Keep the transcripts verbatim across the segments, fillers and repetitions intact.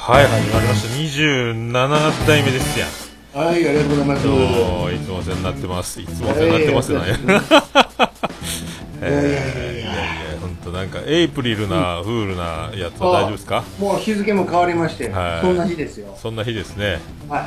はい、始まりました。にじゅうななだいめですやん。 はい、ありがとうございます。 どうもいつもお世話になってます。いつもお世話になってますよね。いやいやいやいや、本当なんかエイプリルな、うん、フールなやつは大丈夫ですか？ もう日付も変わりまして、はい、そんな日ですよ。 そんな日ですね。 はい。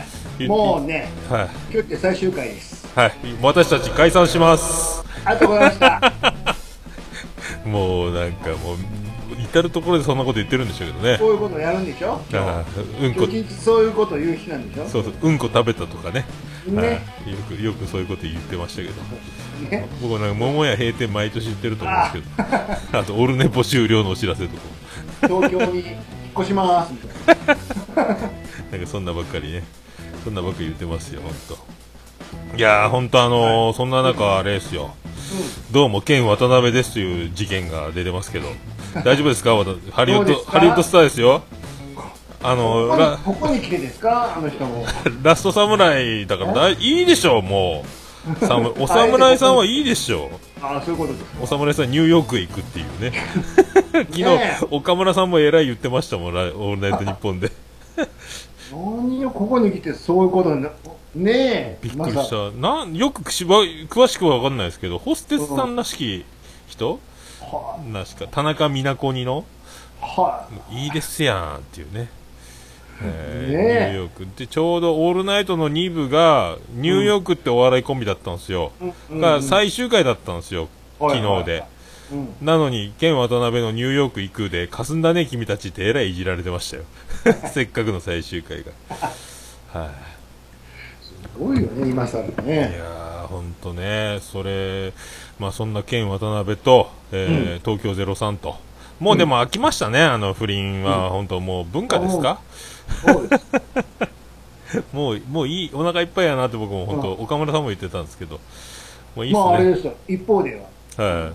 もうね、はい、今日って最終回です。 はい。私たち解散します。 ありがとうございました。 もうなんかもう。至るところでそんなこと言ってるんでしょうけどね。 そういうことやるんでしょ。ああ、うんこ。そういうこと言う日なんでしょ。 そうそう、うんこ食べたとかね。 ね。 よくよくそういうこと言ってましたけど。ね、僕なんか桃屋閉店毎年言ってると思うんですけど。あ, あとオルネポ終了のお知らせとか。 東京に引っ越しますみたいな。なんかそんなばっかりね。そんなばっかり言ってますよ、本当。いやー、本当あのーはい、そんな中あれですよ。うん、どうもケン渡辺ですという事件が出てますけど。大丈夫ですか？ハリウッドハリウッドスターですよ。あのここに、ここに来てですか？あの人もラストサムライだからだいいでしょう。もうサムお侍さんはいいでしょう。 ああ、そういうことですか。 お侍さんニューヨークへ行くっていうね。昨日、ね、岡村さんもえらい言ってましたもん、オールナイトニッポンで。 何よ、ここに来てそういうことになねえ、 びっくりした。なんよくしば詳しくは分かんないですけど、ホステスさんらしき人、うんはあ、確か田中美奈子にの、はあ、いいですやんっていうね、えーね、ニューヨークでちょうどオールナイトのに部がニューヨークってお笑いコンビだったんですよ、うん、が最終回だったんですよ、うん、昨日で、うん、なのにケン渡辺のニューヨーク行くで霞んだね君たちってえらいいじられてましたよ。せっかくの最終回が。はい、あ、 すごいよね今更ね。 いやーほんとね、それまあそんなケン渡辺と、えーうん、東京ゼロさんともうでも飽きましたね、うん、あの不倫は本当もう文化ですか？ そうですもうもういい、お腹いっぱいやなって僕も本当、うん、岡村さんも言ってたんですけど、 もういいっすね。まああれですよ、一方では、 はい、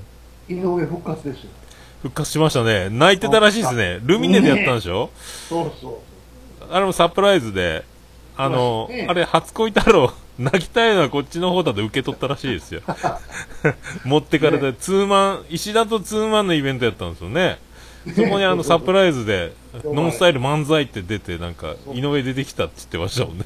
井上復活ですよ。 復活しましたね。泣いてたらしいですね。ルミネでやったんでしょ、ね、 そうそう、 あれもサプライズで、あの、ね、あれ初恋太郎泣きたいのはこっちの方だと受け取ったらしいですよ。持ってかれて、ね、ツーマン石田とツーマンのイベントやったんですよね。そこにあのサプライズでノンスタイル漫才って出て、なんか井上出てきたって言ってましたもんね。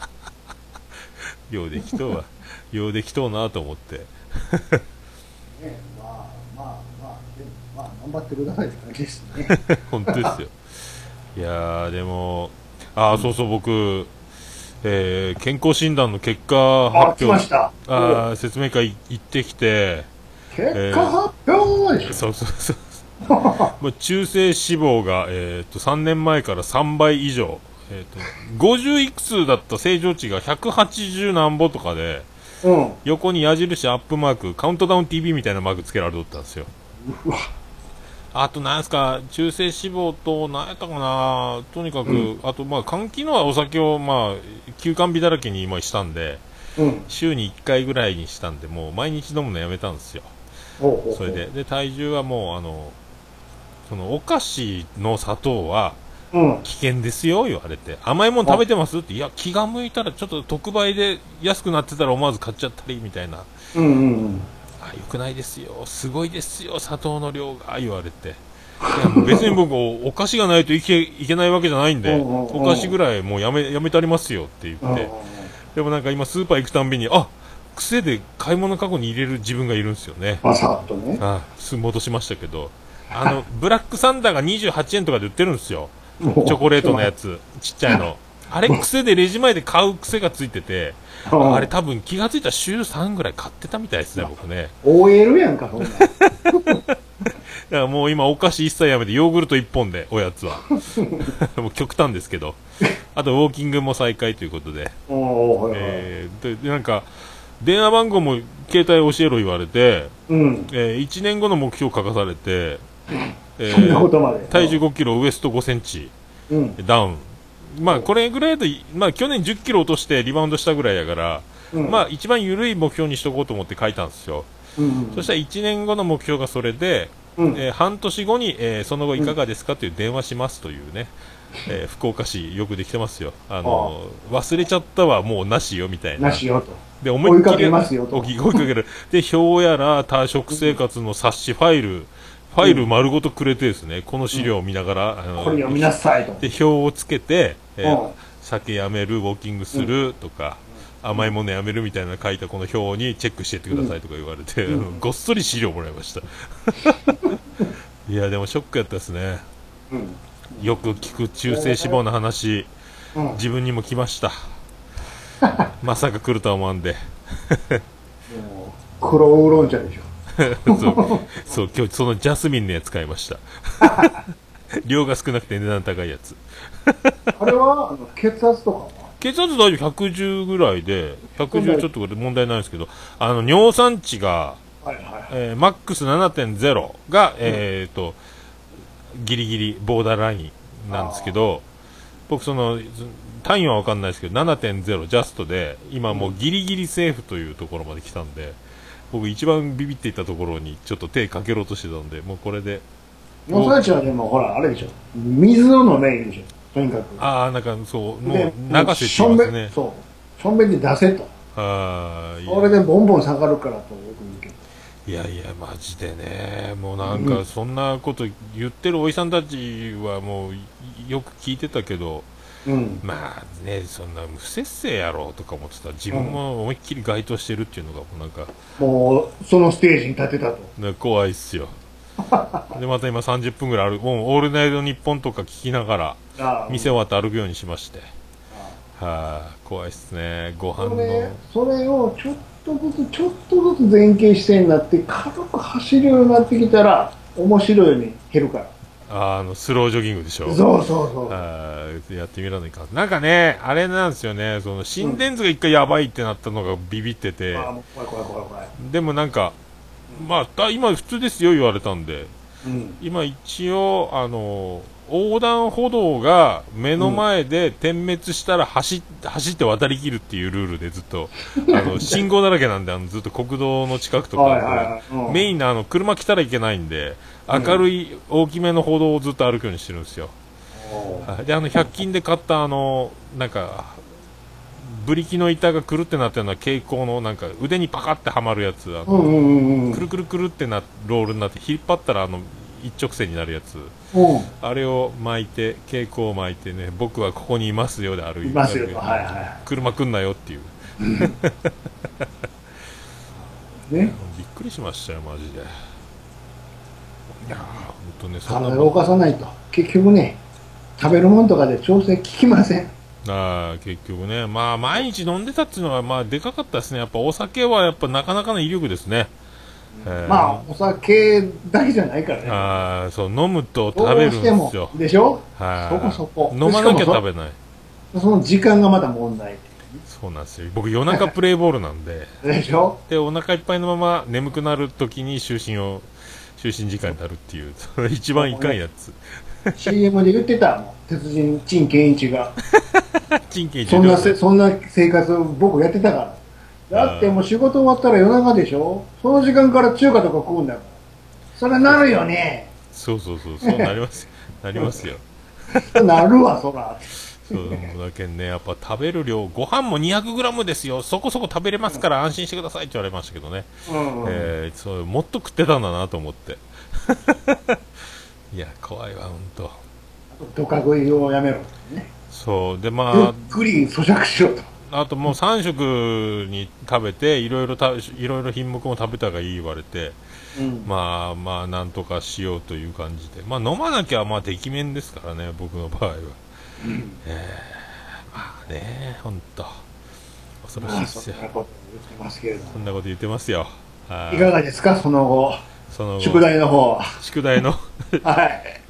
ようできとうはようできとうなと思って。ね、 まあまあまあでもまあ頑張ってくださいって感じですね。 本当ですよ。いやーでもあー、そうそう、僕、えー、健康診断の結果発表、ああ説明会行ってきて、 結果発表でしょ、 えー、そうそうそうもう中性脂肪が、えー、とさんねんまえからさんばい以上、えー、とごじゅういくつだった正常値がひゃくはちじゅうなんぼとかで、うん、横に矢印アップマークカウントダウン ティーブイ みたいなマークつけられとったんですよ。うわ、あとなんすか、中性脂肪と何やったかな、とにかく、うん、あとまあ肝機能はお酒をまあ休肝日だらけに今したんで、うん、週にいっかいぐらいにしたんで、もう毎日飲むのやめたんですよ。それでで体重はもうあのそのお菓子の砂糖は危険ですよ言われて、甘いもの食べてますって、いや気が向いたらちょっと特売で安くなってたら思わず買っちゃったりみたいな、うんうんうん、あ、よくないですよ、すごいですよ砂糖の量が言われて、いやもう別に僕お菓子がないといけ、いけないわけじゃないんで、お菓子ぐらいもうやめ、やめたりますよって言って、でもなんか今スーパー行くたんびに、あ、癖で買い物カゴに入れる自分がいるんですよね。 バサッとね。 ああ、すぐ戻しましたけど、あのブラックサンダーがにじゅうはちえんとかで売ってるんですよ、チョコレートのやつ、ちっちゃいの。あれ癖でレジ前で買う癖がついてて、あれ多分気がついたら週さんぐらい買ってたみたいですね、僕ね。 オーエル やんかそんな。 だからもう今お菓子一切やめてヨーグルトいっぽんでおやつはもう極端ですけど、あとウォーキングも再開ということで、えー、でなんか電話番号も携帯教えろ言われて、うん、えー、いちねんごの目標書かされて、 えー、そんなことまで体重ごキロウエストごセンチ、うん、ダウン、まあこれぐらいだと、まあ、去年じゅっキロ落としてリバウンドしたぐらいやから、うん、まあ一番緩い目標にしとこうと思って書いたんですよ、うんうん、そしたらいちねんごの目標がそれで、うん、えー、半年後に、えー、その後いかがですかという電話しますというね、えー、福岡市よくできてますよ、あのー、忘れちゃったわもうなしよみたいな、 なしよとで思いっきり追いかけますよと追いかけるで表やら多食生活の冊子ファイルフファイル丸ごとくれてですね、この資料を見ながら、うん、あのこれ読みなさいと。 で、表をつけて、えー、酒やめる、ウォーキングするとか、うん、甘いものやめるみたいな書いたこの表にチェックしていってくださいとか言われて、うん、ごっそり資料もらいました。いや、でもショックやったですね。うん、よく聞く中性脂肪の話、うん、自分にも来ました。まさか来るとは思わんで。 黒ウーロン茶でしょ。 そうそう、今日そのジャスミンのやつ使いました。量が少なくて値段高いやつ。 あれはあの血圧とかは血圧大丈夫、ひゃくじゅうぐらいで、ひゃくじゅうちょっとで問題ないんですけど、あの尿酸値が、はいはいはい、えー、マックス ななてんゼロ が、えーと、うん、ギリギリボーダーラインなんですけど、僕その単位は分かんないですけど ななてんゼロ ジャストで今もうギリギリセーフというところまで来たんで、僕一番ビビっていたところにちょっと手かけろうとしてたんで、もうこれで尿酸値はでもほらあれでしょ、水を飲めいいでしょ、とにかく。 ああ、なんかそうもう流せって言いますね。 そうしょんべんで出せと。ああ、それでボンボン下がるからとよく言うけど、いやいやマジでね、もうなんかそんなこと言ってるおじさんたちはもうよく聞いてたけど、うん、まあね、そんな不摂生やろうとか思ってたら自分も思いっきり該当してるっていうのがもうなんかもうそのステージに立てたと、 ね、怖いっすよ。でまた今さんじゅっぷんぐらいある、もうオールナイトニッポンとか聞きながら店終わって歩くようにしまして、はあ、怖いっすね。ご飯の それ、 それをちょっとずつちょっとずつ前傾姿勢になって軽く走るようになってきたら面白いように減るから。 あ, あのスロージョギングでしょ。 そうそうそう。 あやってみらないか。なんかね、あれなんですよね、その心電図が一回やばいってなったのがビビってて、うん、あもう怖い怖い怖い怖い。でもなんか、まあ、今普通ですよ言われたんで、うん、今一応あの横断歩道が目の前で点滅したら走、走って渡りきるっていうルールでずっとあの信号だらけなんで、あのずっと国道の近くとかメインのあの車来たらいけないんで明るい大きめの歩道をずっと歩くようにしてるんですよ。であのひゃく均で買ったあのなんかブリキの板がくるってなったような蛍光のなんか腕にパカってはまるやつ、あのくるくるくるってなロールになって引っ張ったらあの一直線になるやつ、あれを巻いて蛍光を巻いてね、僕はここにいますよで歩いて、はいはい、車来んなよっていうね、びっくりしましたよマジで。いやー本当ね、 そんな体を動かさないと結局ね、食べるものとかで調整効きません。 あ結局ね、まあ毎日飲んでたっていうのはまあでかかったですね。やっぱお酒はやっぱなかなかの威力ですね。 まあお酒だけじゃないからね。 ああ、そう飲むと食べるんですよ。 でしょ。そこそこ。 飲まなきゃ食べない。 その時間がまた問題。 そうなんですよ。僕夜中プレイボールなんで。 でしょ。 でお腹いっぱいのまま眠くなるときに就寝を就寝時間になるっていう一番いかんやつ。 シーエム で言ってたもん、鉄人陳健一が。 陳健一そんなせそんな生活を僕やってたから。だってもう仕事終わったら夜中でしょ。その時間から中華とか食うんだから。それなるよね。 そうそうそう、そうなりますよ。なりますよ。 なるわそら。 そうだけんね、やっぱ食べる量、ご飯も にひゃくグラム ですよ、そこそこ食べれますから安心してくださいって言われましたけどね、うんうん、えー、そうもっと食ってたんだなと思って。いや怖いわ本当。 ドカ食いをやめろ、ね、 そうでまあゆっくり咀嚼しろと。 あともうさん食に食べていろいろたいろいろ品目も食べたがいい言われて、うん、まあまあなんとかしようという感じで、まあ飲まなきゃまあてきめんですからね僕の場合は、うん、えー、まあね本当恐ろしいですよ。 そんなこと言ってますけれども。 そんなこと言ってますよ。 いかがですかその後。その後宿題の方。 宿題のはい。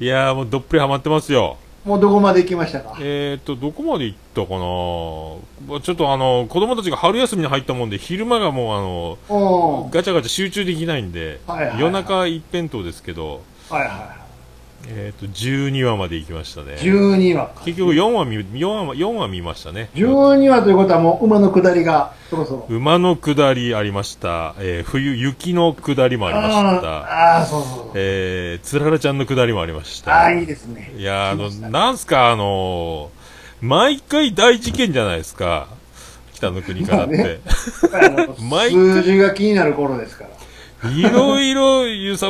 いやーもうどっぷりハマってますよ。 もうどこまで行きましたか。 えーとどこまで行ったかな。ちょっとあの子供たちが春休みに入ったもんで昼間がもうあのガチャガチャ集中できないんで、はいはいはい、夜中一辺倒ですけど、はいはいはい、えーとじゅうにわまで行きましたね。 じゅうにわ結局よんわ見よんわよんわ見ましたね。 じゅうにわということはもう馬の下りがそろそろ。 馬の下りありました、えー、冬雪の下りもありました。 ああそうそうそう、 えー、つららちゃんの下りもありました。 ああいいですね。 いやあのなんすかあのー、毎回大事件じゃないですか北の国からって、まあね、 数字が気になる頃ですからいろいろ揺さぶって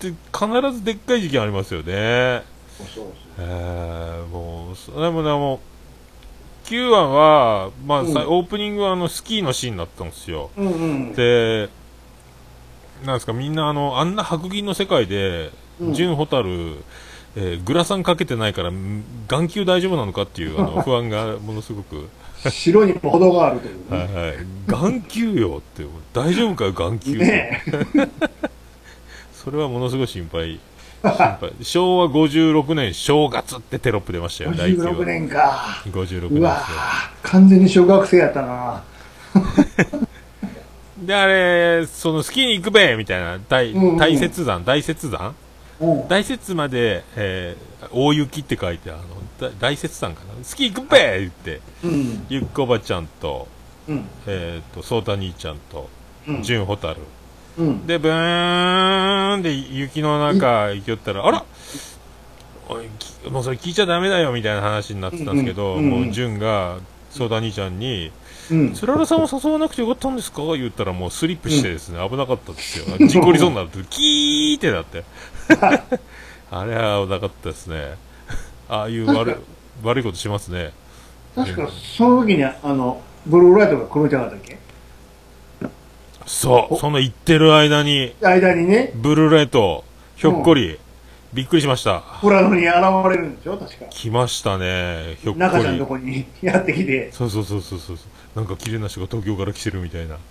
って必ずでっかい事件ありますよね。 そうそう。 えー、もう、それもね、もう、きゅうわは、まあ、うん、オープニングはあの、スキーのシーンだったんですよ。 うんうん、 で、なんですか、みんなあの、あんな白銀の世界で、純ホタル、えー、グラサンかけてないから眼球大丈夫なのかっていうあの不安がものすごく白にも程があるという、 ね、はいはい、眼球よって大丈夫かよ眼球、ね、それはものすごい心配心配しょうわごじゅうろくねん正月ってテロップ出ましたよ。 ごじゅうろくねんか。 ごじゅうろくねんうわ完全に小学生やったなであれそのスキーに行くべみたいな 大,、うんうん、大雪山大雪山大雪まで、えー、大雪って書いてあの大雪山かなスキー行くべ言って、うん、ゆっこばちゃんと、うん、えっ、ー、とそうた兄ちゃんと純、うん、ホタル、うん、でブーンで雪の中行きよったらあらおいもうそれ聞いちゃダメだよみたいな話になってたんですけど、うんうん、もう純がそうた兄ちゃんにつららさんを誘わなくてよかったんですか言ったらもうスリップしてですね、うん、危なかったですよ。事故りそうになるってキーってなってあれは危なかったですね。ああいう悪い悪いことしますね。 確かその時にあのブルーライトが黒じゃなかったっけ。 そうその言ってる間に間にねブルーライトひょっこり、うん、びっくりしました。 プラノに現れるんでしょ確か。 来ましたねひょっこり。 中ちゃんのとこにやってきて。 そうそうそうそうそうなんか綺麗な人が東京から来てるみたいな。い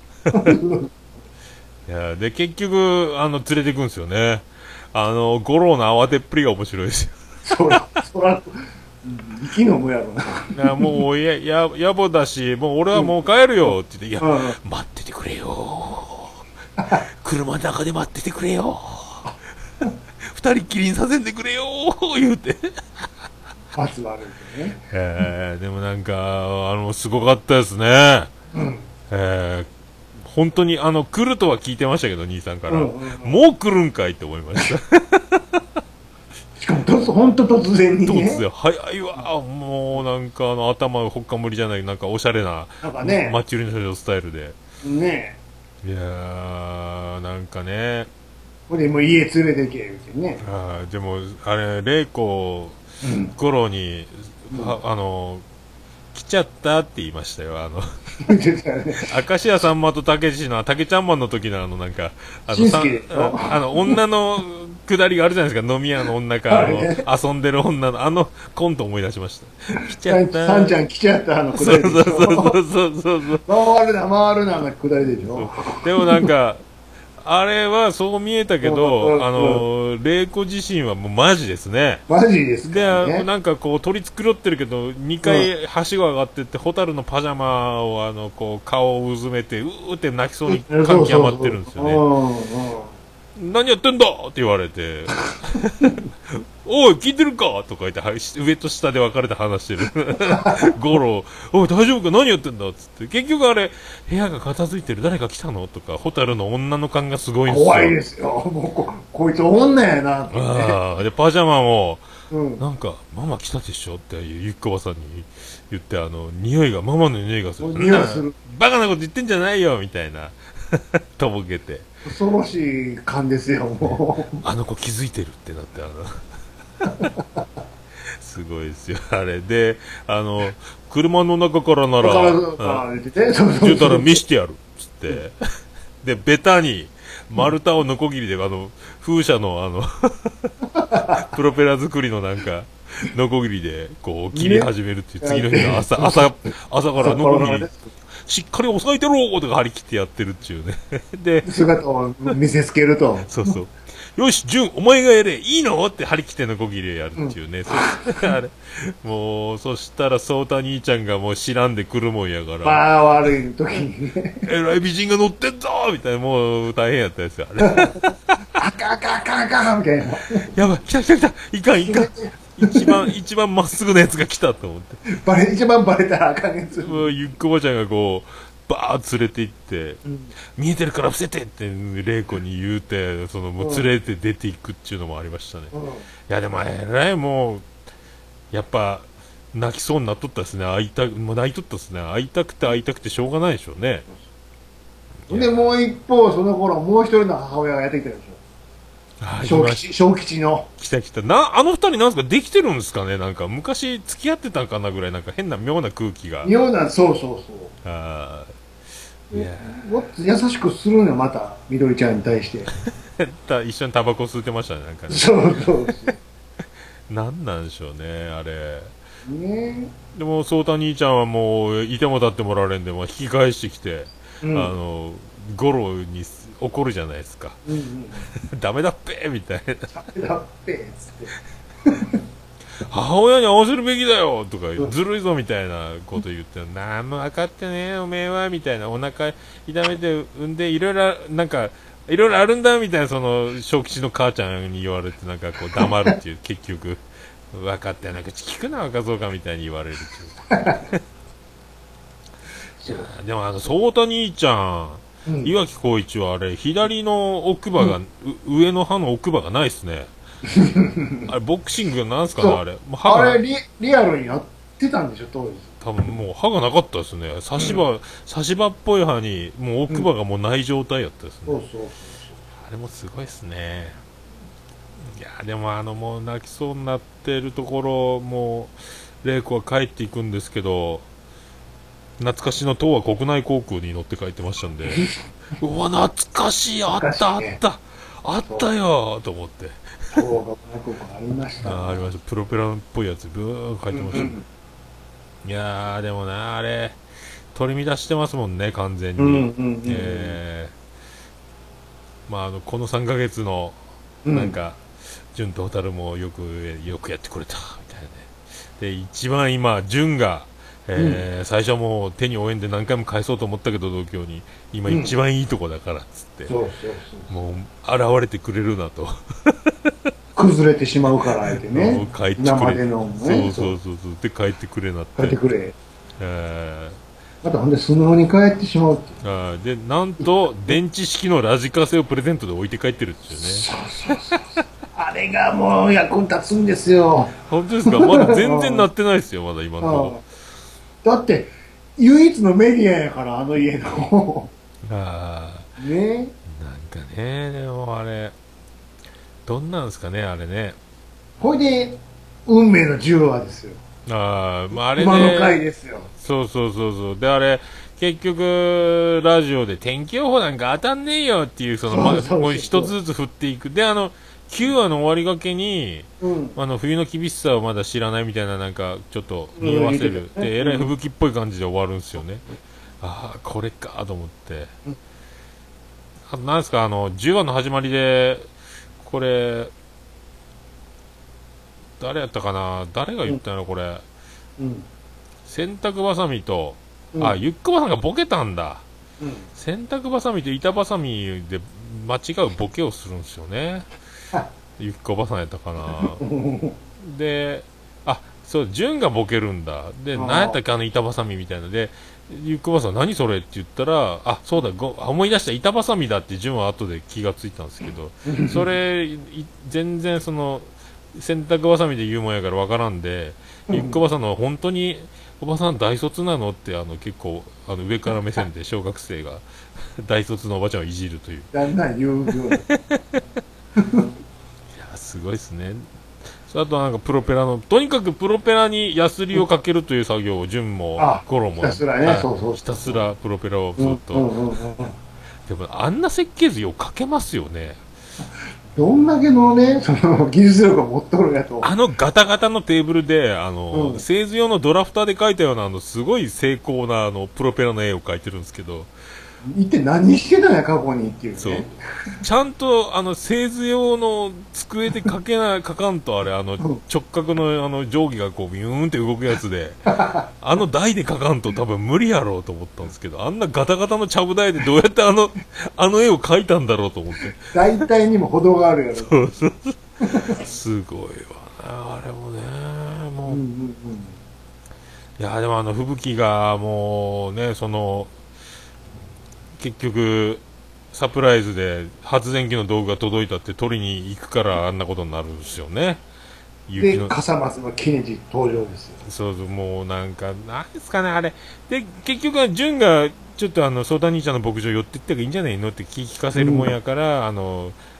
やで結局あの連れていくんですよね。あの五郎の慌てっぷりが面白いですよ。 そらそら生きのむやろな。 いやもうやや野暮だしもう俺はもう帰るよって言って、うん、いや、うん、待っててくれよ車の中で待っててくれよ二人きりにさせんでくれよ言うて罰悪いね。 えー、でもなんかあのすごかったですね。うん、えー本当にあの来るとは聞いてましたけど兄さんから、うんうんうん、もう来るんかいって思いましたしかもと本当突然にね突然早いわもうなんかあの頭ほっかむりじゃないなんかおしゃれななんかねマッチ売りの少女スタイルでねいやーなんかねこれもう家連れてけ言うてねあでもあれ玲子頃に、うん、あ, あの来ちゃったって言いましたよあの明石家さんまとたけしのたけちゃんマンの時のあのなんかあのさあの女のくだりがあるじゃないですか飲み屋の女かあの遊んでる女のあのコント思い出しました来ちゃったさんちゃん来ちゃったあのくだりでしょそうそうそうそうそう回るな回るなあのくだりでしょでもなんかあれはそう見えたけど、あの玲子自身はもうマジですね。 マジですか、ね、 で、なんかこう取り繕ってるけど、にかいはしご上がってって、ホタルのパジャマをあのこう顔をうずめて、うーって泣きそうに感極まってるんですよね。何やってんだって言われて、おい聞いてるかとか言って上と下で分かれて話してるゴロおい大丈夫か何やってんだっつって結局あれ部屋が片付いてる誰か来たのとかホタルの女の感がすごいんですよ。 怖いですよもう こ, こいつ女やなって、ね、 あでパジャマも、うん、なんかママ来たでしょってゆっこばさんに言ってあの匂いがママの匂いがする匂いするバカなこと言ってんじゃないよみたいなとぼけて恐ろしい感ですよもうあの子気づいてるってなってあのすごいですよあれであの車の中からなら言ったら見してやるっつってでベタに丸太をノコギリであの風車のあのプロペラ作りのなんかノコギリでこう切り始めるっていう次の日の朝朝朝からノコギリしっかり押さえてろとか張り切ってやってるっていうねで姿を見せつけるとそうそうよし純お前がやれいいのって張り切ってのこぎりやるっていうね、うん、そあれもうそしたらそうた兄ちゃんがもう知らんでくるもんやからまあ悪い時にねえらい美人が乗ってんぞみたいなもう大変やったですよあれあかんあかんあかんあかんみたいなやばい来た来た来たいかんいかん一番一番まっすぐなやつが来たと思ってバレ一番バレたらあかんやつゆっこばちゃんがこうバーッ連れて行って、うん、見えてるから伏せてって玲子に言うてそのもう連れて出ていくっていうのもありましたね、うん、いやでもえらいもうやっぱ泣きそうになっとったですね会いたもう泣いとったですね会いたくて会いたくてしょうがないでしょうねでもう一方その頃もう一人の母親がやってきたでしょ小吉、小吉の。 来た来た。な、あの二人なんすかできてるんですかねなんか、昔付き合ってたんかなぐらい、なんか変な妙な空気が。 妙な、そうそうそう。 ああ。いやもっと優しくするのまた、みどりちゃんに対して。 一緒にタバコ吸ってましたね、なんかね。 そうそうそう。 なんなんでしょうね、あれ。 ねでも、そうた兄ちゃんはもう、いても立ってもらわれんで、も引き返してきて、うん、あの、ゴロに怒るじゃないですか。うんうん、ダメだっぺーみたいな。 ダメだっぺーつって。 母親に合わせるべきだよとか、ずるいぞみたいなこと言って、なんも分かってねえ、おめえは、みたいな、お腹痛めて産んで、いろいろ、なんか、いろいろあるんだみたいな、その、小吉の母ちゃんに言われて、なんかこう、黙るっていう、結局、分かってない口聞くな、若造かみたいに言われるっていう。でも、あの、そうた兄ちゃん、うん、岩城浩一はあれ、左の奥歯が、うん、上の歯の奥歯がないっすね。あれ、ボクシングなんすかね、あれ。 歯あれリ、リアルにやってたんでしょ、当時。 多分もう歯がなかったですね。差し歯、うん、差し歯っぽい歯に、もう奥歯がもうない状態やったですね。 そうそうそうそう。 あれもすごいですね。いや、でもあの、もう泣きそうになってるところ、もう、玲子は帰っていくんですけど、懐かしの東亜国内航空に乗って帰ってましたんで、うわ、懐かしい、あったあった、あったよと思って。 東亜国内航空ありました、ね。 あ、ありました。プロペラっぽいやつ、ブーン書いてました、ね。うんうん、いやー、でもな、あれ、取り乱してますもんね、完全に。うんうんうん、えー、まあ、あの、このさんかげつの、なんか、純と蛍もよく、よくやってくれた、みたいなね。で、一番今、純が、えーうん、最初はもう手に負えんで何回も返そうと思ったけど、同郷に。今一番いいとこだから、っつって。 そうそうそう。 もう、現れてくれるなと。 崩れてしまうからってね。 帰ってくれ。 今までのね。 そうそうそうそう。で、帰ってくれなって。 帰ってくれ。 えー、またほんで素直に帰ってしまうって。 あで、なんと、電池式のラジカセをプレゼントで置いて帰ってるっていうね。 そうそうそう。あれがもう役に立つんですよ。 本当ですか？まだ全然なってないですよ、まだ今のところ。 だって、唯一のメディアやから、あの家の。 ああ。 ね。 なんかね、でもあれ、どんなんですかね、あれね。 ほいで、運命のじゅうわですよ。 ああ、まああれね。 今の回ですよ。 そうそうそうそう。で、あれ、結局、ラジオで天気予報なんか当たんねえよっていう、その、ま、もう一つずつ振っていく。で、あの、きゅうわの終わりがけに、うん、あの冬の厳しさをまだ知らないみたいな、なんかちょっと匂わせる、うん、でえらい吹雪っぽい感じで終わるんですよね。うん、ああ、これかと思って、うん、あとなんですか、あのじゅうわの始まりで、これ、誰やったかな、誰が言ったの、これ、うん、洗濯ばさみと、うん、あ、ゆっこばさんがボケたんだ、うん、洗濯ばさみと板ばさみで間違うボケをするんですよね。ゆっこばさんやったかなで、あ、そう、純がボケるんだ。で、何やったっけ、あの板挟みみたいなで、ゆっこばさん何それって言ったら、あ、そうだ、ご思い出した、板挟みだって純は後で気がついたんですけど、それ、全然その、洗濯ばさみで言うもんやからわからんで、ゆっこばさんの本当に、おばさん大卒なのって、あの、結構、あの、上から目線で小学生が、大卒のおばちゃんをいじるという。 だんだん言うような。 すごいですね。あとはなんかプロペラの、とにかくプロペラにヤスリをかけるという作業を純もゴロも、 ひたすらね、はい、そうそうひたすらプロペラをずっと、うんうんうんうん、でもあんな設計図よかけますよね。 どんだけのね、その技術力を持っとるやと。 あのガタガタのテーブルで、あの、うん、製図用のドラフターで描いたような、あの、すごい精巧な、あの、プロペラの絵を描いてるんですけど、 一体何してたんや過去にっていうね。 そうちゃんとあの製図用の机で書けな書かんとあれあの直角のあの定規がこうビューンって動くやつであの台で書かんと多分無理やろうと思ったんですけど、あんなガタガタのちゃぶ台でどうやってあのあの絵を描いたんだろうと思って。 大体にも程があるやろ。 そうそうすごいわねあれもねもう、うんうんうん、いやでもあの吹雪がもうねその結局サプライズで発電機の道具が届いたって取りに行くからあんなことになるんですよね。 雪ので笠松のケネジ登場ですよ。 そうそうもうなんかなんですかねあれで結局は純がちょっとあの相談兄ちゃんの牧場寄ってったらいいんじゃないのって聞かせるもんやから、うん、あの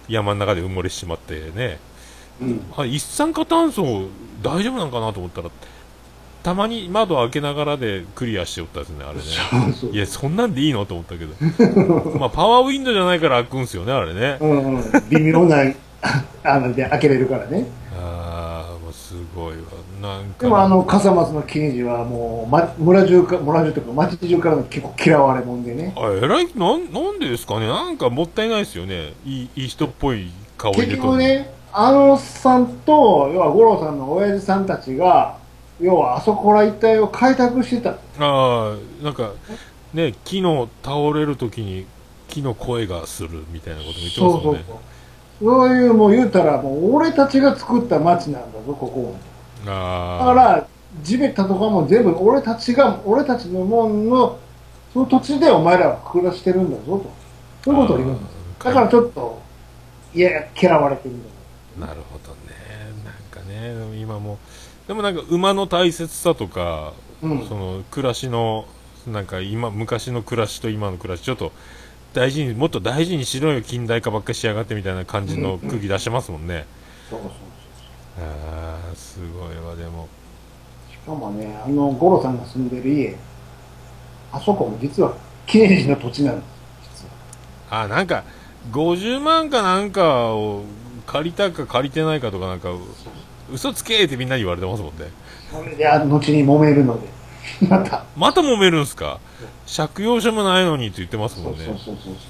山の中で埋もれしちまってね、 うん、 あ一酸化炭素大丈夫なんかなと思ったら、たまに窓開けながらでクリアしておったですね、あれね。 そうそう、 いや、そんなんでいいのと思ったけど。まあ、パワーウィンドウじゃないから開くんすよね、あれね。 うんうん、微妙なあので開けれるからね。 ああ、もうすごいわ。なんか。 でもあの笠松の刑事はもう、ま、村中か村中とか町中からの結構嫌われもんでね。 あ、えらい、なん、なんでですかね。なんかもったいないですよね。いい、いい人っぽい顔入れ結とる。 局ね、あのおっさんと、要は五郎さんの親父さんたちが、要はあそこら一帯を開拓してた。 ああ、なんか、ね、木の倒れるときに木の声がするみたいなことも言ってますもんね。 そうそうそう。そういう、もう言うたら、もう俺たちが作った町なんだぞ、ここは。だああ。 から、地べたとかも全部俺たちが、俺たちのもんの、その土地でお前らは暮らしてるんだぞと。そういうことを言うんです。だからちょっと、いやいや、嫌われてるんだよ。 なるほどね。なんかね、今も、でもなんか馬の大切さとか、 うん、 その暮らしの、なんか今、昔の暮らしと今の暮らし、ちょっと大事に、もっと大事にしろよ、近代化ばっかりしやがってみたいな感じの空気出してますもんね。 そうそうそう。 ああ、すごいわ、でも。 しかもね、あの、五郎さんが住んでる家、あそこも実は、刑事の土地なんです、実は。 あ、なんか、ごじゅうまんかなんかを借りたか借りてないかとかなんか、嘘つけってみんなに言われてますもんね。 それで、後に揉めるので、また。 また揉めるんすか？借用書もないのにって言ってますもんね。 そうそうそうそう。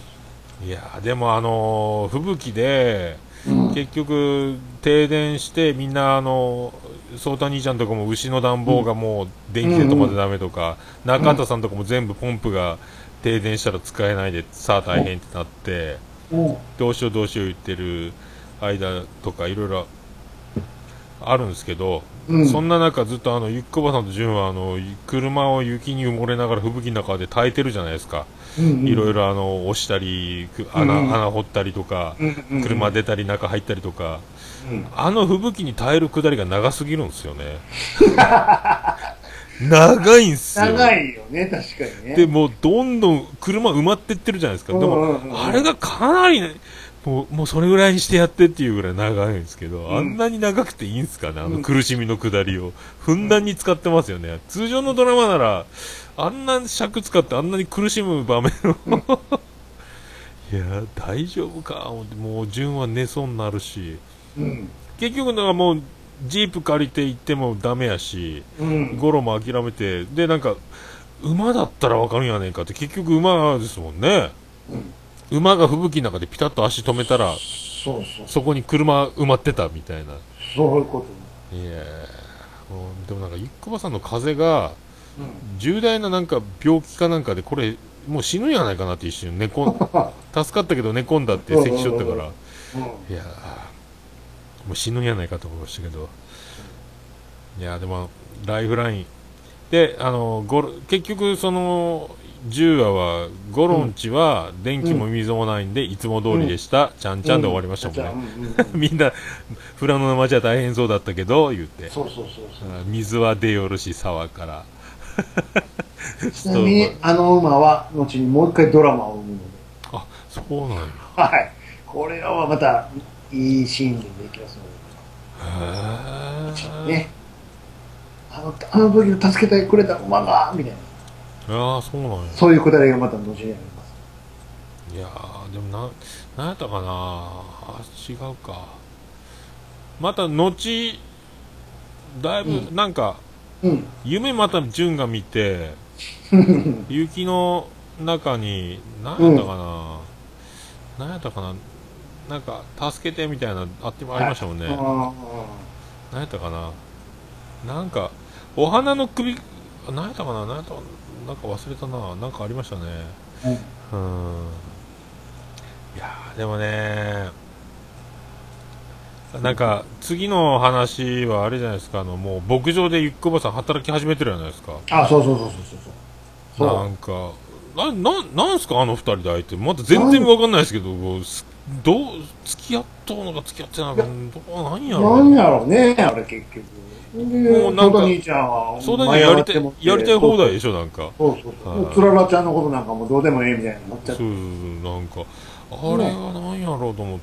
いやー、でもあのー、吹雪で、 うん、 結局、停電して、みんな、あのー、ソータ兄ちゃんとかも牛の暖房がもう電気で止まってダメとか、うんうん、中畑さんとかも全部ポンプが停電したら使えないで、さあ大変ってなって、うん、どうしようどうしよう言ってる間とか、いろいろあるんですけど、うん、そんな中、ずっとあのゆっこばさんと純はあの車を雪に埋もれながら吹雪の中で耐えてるじゃないですか、いろいろあの押したり穴、うん、穴掘ったりとか、うん、車出たり中入ったりとか、うん、あの吹雪に耐える下りが長すぎるんですよね。長いんすよ。 長いよね、確かにね。 でもうどんどん車埋まってってるじゃないですか。でも、あれがかなりね、もう、もうそれぐらいにしてやってっていうぐらい長いんですけど、うん、あんなに長くていいんですかね、あの苦しみの下りを。ふんだんに使ってますよね。通常のドラマなら、あんな尺使ってあんなに苦しむ場面を。いや、大丈夫か。もう、純は寝そうになるし。うん、結局、だからもう、ジープ借りて行ってもダメやし、うん、ゴロも諦めて、で、なんか、馬だったらわかるんやねんかって、結局馬ですもんね。うん、馬が吹雪の中でピタッと足止めたら、そうそう、そこに車埋まってたみたいな。 そういうこと。 いやもうでもなんかゆっくばさんの風邪が、うん、重大ななんか病気かなんかでこれもう死ぬんやないかなって一瞬寝込ん助かったけど寝込んだって咳しとったから、うん、いやもう死ぬんやないかと思いましたけど、いやでもライフラインであのゴ結局そのじゅうわはゴロンチは電気も水もないんで、うん、いつも通りでした、うん、ちゃんちゃんで終わりましたもんね、うん、みんな富良野の町は大変そうだったけど言ってそうそうそうそう水は出よるし沢からちなみにあの馬は後にもう一回ドラマを生むので、 あ、そうなんや、 はい、これはまたいいシーンでできますので、へえ、ね、あのあの時助けてくれた馬がみたいな、 ああ、そうなんや。 そういうくだりがまた後にあります。 いやー、でもな、なんやったかなあ、違うか。また後、だいぶ、うん、なんか、うん、夢また純が見て、雪の中に、なんやったかな、うん、なんやったかな、なんか、助けてみたいな、あってもありましたもんね。なんやったかな、なんか、お花の首、なんやったかな、なんやったかな、なんか忘れたな、なんかありましたね。うん。うん、いやー、でもねー、なんか、次の話はあれじゃないですか、あの、もう牧場でゆっくばさん働き始めてるじゃないですか。 あ、そうそうそうそうそう。 なんか、な、な、なんすか、あの二人で相手。まだ全然わかんないですけど、どう、付き合っとうのか付き合ってないのか、どう、なんやろう。なんやろうね、あれ結局。 もうなんか、そうだね、やりたい、やりたい放題でしょ、なんか。 そうそうそう。つららちゃんのことなんかもどうでもええみたいな思っちゃって。 そうそうそう、なんか、 あれは何やろうと思って、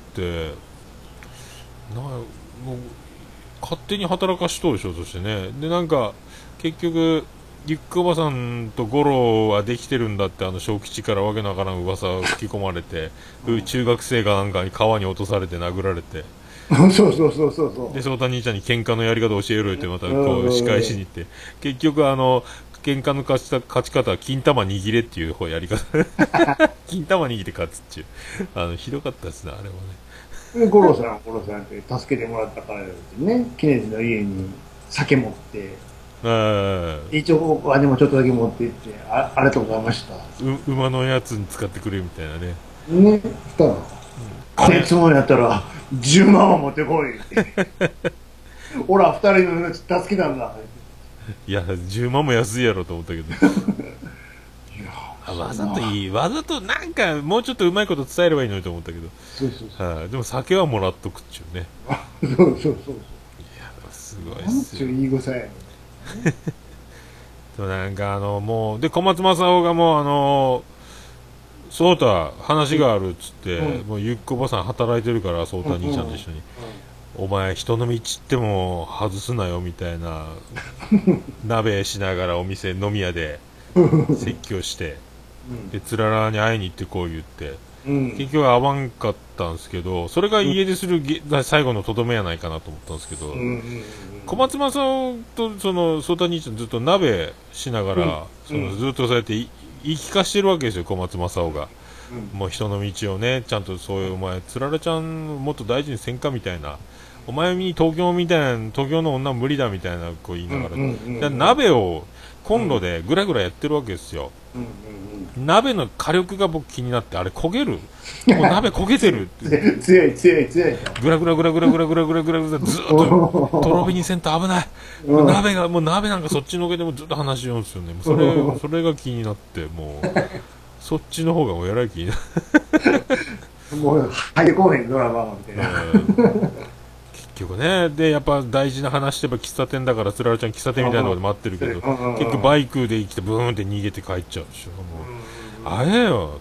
なもう勝手に働かしとるでしょ。そしてね、でなんか結局ゆっくおばさんとゴロはできてるんだって、あの小吉からわけのわからん噂を吹き込まれて、中学生がなんかに川に落とされて殴られて、 そうそうそうそうそう。 で、翔太兄ちゃんに喧嘩のやり方教えろよってまたこう仕返しに行って、結局あの、喧嘩の勝ちた勝ち方は金玉握れっていう方やり方。金玉握って勝つっていう。あの、ひどかったですね、あれもね。 で、五郎さん、五郎さんって助けてもらったからですね、ケネズの家に酒持って、一応、あ、でもちょっとだけ持って行って、あ、ありがとうございました。 う馬のやつに使ってくれみたいなね。 ね、したら、金積むんやったら、じゅうまんは持ってこいって。ほら、二人の命助けたんだ。 いや、じゅうまんも安いやろと思ったけど。わざといい、わざとなんかもうちょっとうまいこと伝えればいいのにと思ったけど、 そうそうそう、 はあ、でも酒はもらっとくっちゅうね。 そうそうそうそう。いや、すごいっなんすよ。 ちゅういい草やねん。 でもなんかあのもうで小松政夫がもうあのそうた話があるっつって、うん、もうゆっこばさん働いてるからそうた兄ちゃんと一緒に、うんうん、お前人の道行っても外すなよみたいな鍋しながらお店飲み屋で説教してでつららに会いに行ってこう言って、うん、結局会わんかったんですけど、それが家でするげ、うん、最後のとどめやないかなと思ったんですけど、うんうんうん、小松政夫とそのそうた兄ちゃんずっと鍋しながら、うん、そのずっとそうやって言い聞かしてるわけですよ、小松政夫が、うん、もう人の道をねちゃんとそういうお前つららちゃんもっと大事にせんかみたいな、お前に東京みたいな東京の女無理だみたいなこう言いながら、うんうんうんうん、鍋をコンロでぐらぐらやってるわけですよ、うんうんうん、鍋の火力が僕気になって、あれ焦げる、もう鍋焦げてるって強い強い強い、 ぐらぐらぐらぐらぐらぐらぐらぐらぐらずっととろ火にせんと危ない、もう鍋がもう鍋なんかそっちのけでもずっと話しようんですよね、もうそれそれが気になって、もうそっちの方がもうえらい気になってもう入ってこへんドラマみたいな結局ね、でやっぱ大事な話してば喫茶店だからつららちゃん喫茶店みたいなところで待ってるけど、結局バイクで来てブーンって逃げて帰っちゃうでしょ、もうあれよと思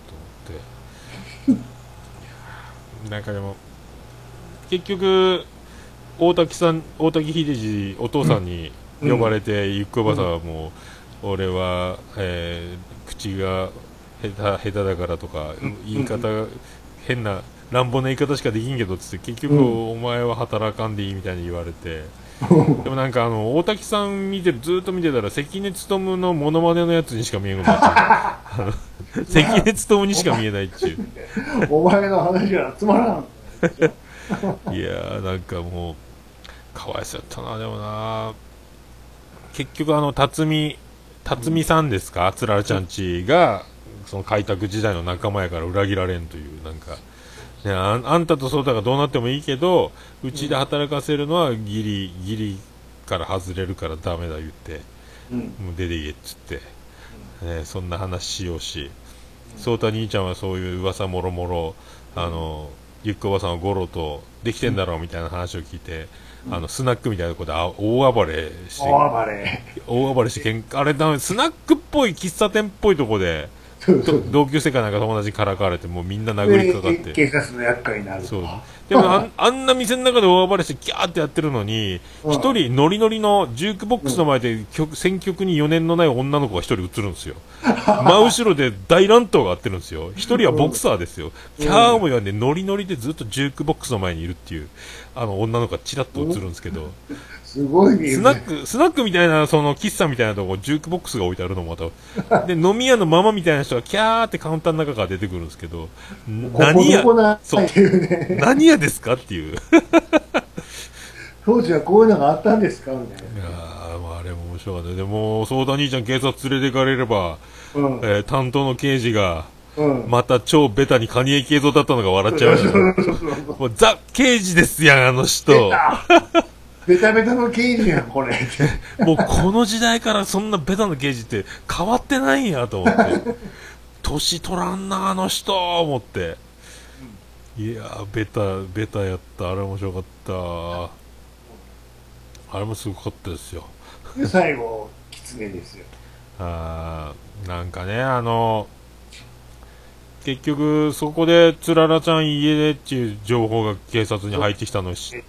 ってなんかでも結局大滝さん大滝秀治お父さんに呼ばれて、うん、ゆっくおばさんはもう、うん、俺は、えー、口が下手下手だからとか、うん、言い方、うん、変な乱暴な言い方しかできんけどつって結局、うん、お前は働かんでいいみたいに言われてでもなんかあの大滝さん見てずっと見てたら関根勤のモノマネのやつにしか見えんかった関根勤にしか見えないっちゅうお前の話はつまらんいやーなんかもうかわいそうやったな。でもな結局あの辰巳辰巳さんですか、つららちゃんちがその開拓時代の仲間やから裏切られんというなんかね、あ, あんたとそうたがどうなってもいいけどうちで働かせるのはギリギリから外れるからダメだ言って、うん、もう出ていけっつって、ね、そんな話しようし、そうた兄ちゃんはそういう噂もろもろあのゆっくおばさんはゴロとできてんだろうみたいな話を聞いて、うん、あのスナックみたいなところで大暴れして大暴れ大暴れしてけんあれだスナックっぽい喫茶店っぽいとこで同級生かなんか友達にからかわれてもうみんな殴りかかって警察の厄介になる。 そうでも あ, あんな店の中で大暴れしてギャーってやってるのに一、うん、人ノリノリのジュークボックスの前で曲、うん、選曲に余念のない女の子が一人映るんですよ真後ろで大乱闘があってるんですよ。一人はボクサーですよ、うん、キャーも言わんでノリノリでずっとジュークボックスの前にいるっていうあの女の子がチラッと映るんですけど、 すごいね。 スナック、スナックみたいな、その、喫茶みたいなとこ、ジュークボックスが置いてあるのもまた。で、飲み屋のママみたいな人が、キャーってカウンターの中から出てくるんですけど、何屋、そう、何屋ですかっていう。 当時はこういうのがあったんですかみたいな。 いやー、まあ、あれも面白かった。でも、相談兄ちゃん警察連れて行かれれば、うん、えー、担当の刑事が、うん、また超ベタにカニエ系像だったのが笑っちゃうよ。もうザ・刑事ですやん、あの人。 ベタベタの刑事やんこれもうこの時代からそんなベタな刑事って変わってないんやと思って年取らんなあの人思って、いやーベタベタやった。あれ面白かった。あれもすごかったですよ。 で最後キツネですよ。 あーなんかねあの結局そこでつららちゃん家でっていう情報が警察に入ってきたのを知って、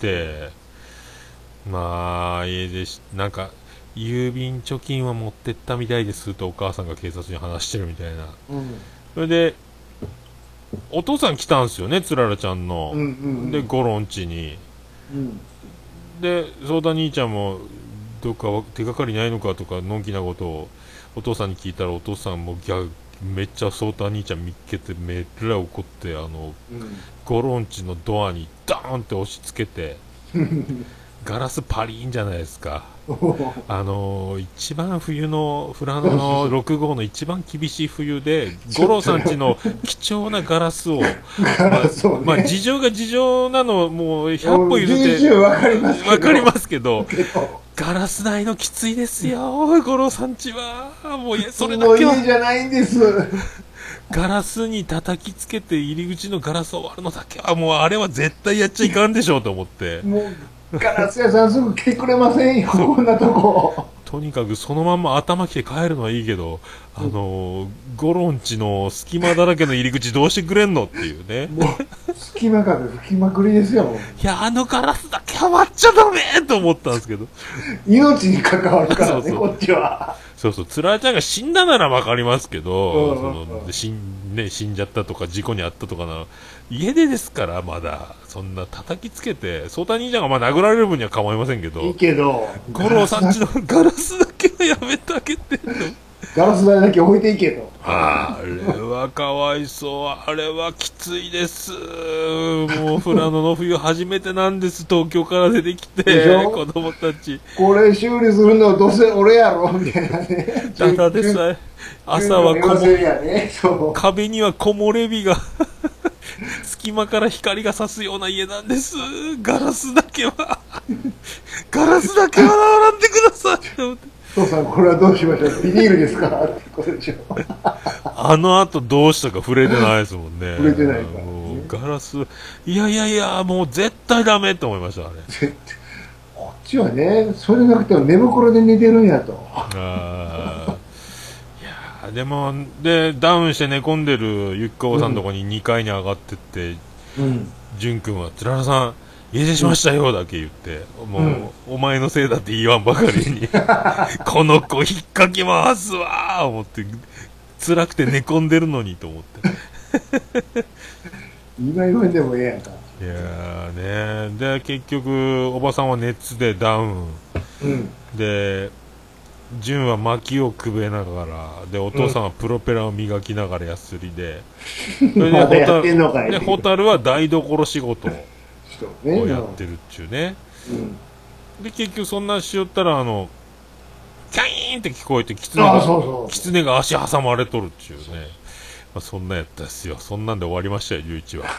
まあ家でなんか郵便貯金は持ってったみたいですとお母さんが警察に話してるみたいな、うん、それでお父さん来たんですよね、つららちゃんの、うんうんうん、でゴロン家に、うん、で相談兄ちゃんもどっか手がかりないのかとかのんきなことをお父さんに聞いたら、お父さんもギャめっちゃ相談兄ちゃん見っけてめっら怒って、あの、うん、ゴロンチのドアにダーンって押し付けてガラスパリーンじゃないですかあのー、一番冬のフラノのろく号の一番厳しい冬で五郎さんちの貴重なガラスをまあ、まあ事情が事情なのもうひゃっぽ譲ってわかりますけど、 わかりますけどガラス代のきついですよ五郎さんちは。もうそれだけは家じゃないんですガラスに叩きつけて入り口のガラスを割るのだけはもうあれは絶対やっちゃいかんでしょうと思ってもうガラス屋さんすぐ来てくれませんよこんなとこ。 とにかくそのまんま頭きて帰るのはいいけど、あのー、ゴロンチの隙間だらけの入り口どうしてくれんのっていうね。もう隙間風吹きまくりですよ。 いやあのガラスだけは割っちゃダメと思ったんですけど命に関わるからねそうそうこっちは。 そうそう、つららちゃんが死んだならわかりますけど、その死ん、ね、死んじゃったとか事故にあったとかな家でですから、まだそんな叩きつけて相談兄ちゃんがまあ殴られる分には構いませんけど、 いいけど五郎さんちのガラスだけはやめてあげてガラス台だけ置いていけと。 あれはかわいそう、あれはきついです。もう富良野の冬初めてなんです、東京から出てきて子供たちこれ修理するのどうせ俺やろみたいなね。 ただでさえ朝はこも、ね、壁には木漏れ日が隙間から光が差すような家なんです。ガラスだけはガラスだけは直らんでください父さんこれはどうしましょう、ビニールですかってことでしょあの後どうしたか触れてないですもんね。 触れてないから、ね、 ガラスいやいやいやもう絶対ダメって思いました。あれこっちはねそれなくても寝袋で寝てるんやと。あいやでもでダウンして寝込んでるゆきこさんのとこににかいに上がってって、うん、淳君はつららさん家出しましたよだけ言って、もう、うん、お前のせいだって言わんばかりにこの子引っかき回すわー思って辛くて寝込んでるのにと思って今言わんでもええやんか。 いやーねで結局おばさんは熱でダウン、うん、で純は薪をくべながらでお父さんはプロペラを磨きながらやすりで、うん、それでホタルでホタルは台所仕事ををやってるっちゅうね、うん、で結局そんなしよったらあのキャイーンって聞こえてキツネがキツネが足挟まれとるっちゅうね、まあ、そんなんやったっすよ。そんなんで終わりましたよじゅういちわ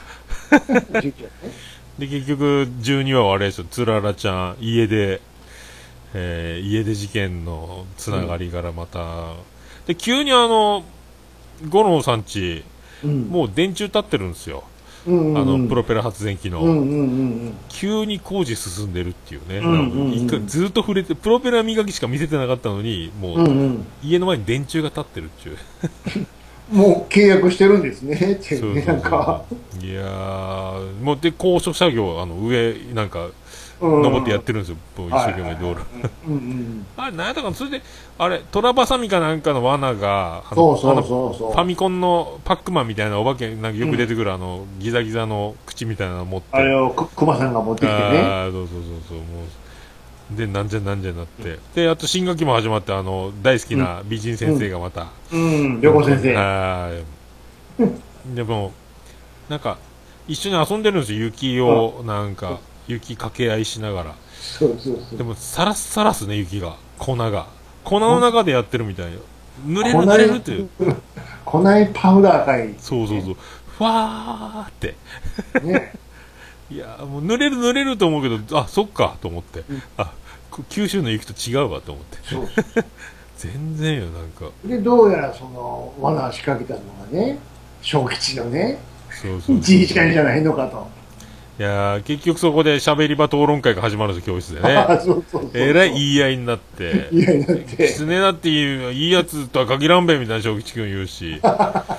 で結局じゅうにわはあれですよ、つららちゃん家出、えー、家出事件のつながりからまた、うん、で急にあの五郎さんち、うん、もう電柱立ってるんですよ、うんうんうん、あのプロペラ発電機の、うんうんうんうん、急に工事進んでるっていうね、うんうんうん、ずっと触れてプロペラ磨きしか見せてなかったのにもう、うんうん、家の前に電柱が立ってるっていうもう契約してるんですねっていうね、なんかいやーもうで高所作業あの上なんか登ってやってるんですよ、うん、一生懸命道路あれ何やったかな、それであれトラバサミかなんかの罠がそうそうそうそうファミコンのパックマンみたいなお化けなんかよく出てくる、うん、あのギザギザの口みたいなの持ってあれをクマさんが持ってきてね、 あそうそうそうそうもうでなんじゃなんじゃになって、うん、であと新学期も始まってあの大好きな美人先生がまたうん旅行先生あでもなんか一緒に遊んでるんですよ、雪をなんか雪かけ合いしながら。 そうそうそう。 でもサラッサラっすね、雪が粉が粉の中でやってるみたいな、濡れる濡れるっていう粉パウダーかい、 そうそうそうふわーってねいやもう濡れる濡れると思うけど、あそっかと思って、うん、あ九州の雪と違うわと思ってそう全然よなんかでどうやらその罠を仕掛けたのがね小吉のねそうそうじいちゃんじゃないのかと。 いや結局そこで喋り場討論会が始まるんですよ教室でねそうそうそうそうえらい言い合いになって言い合いになってキツネだっていういいやつとは限らんべみたいな小吉君言うし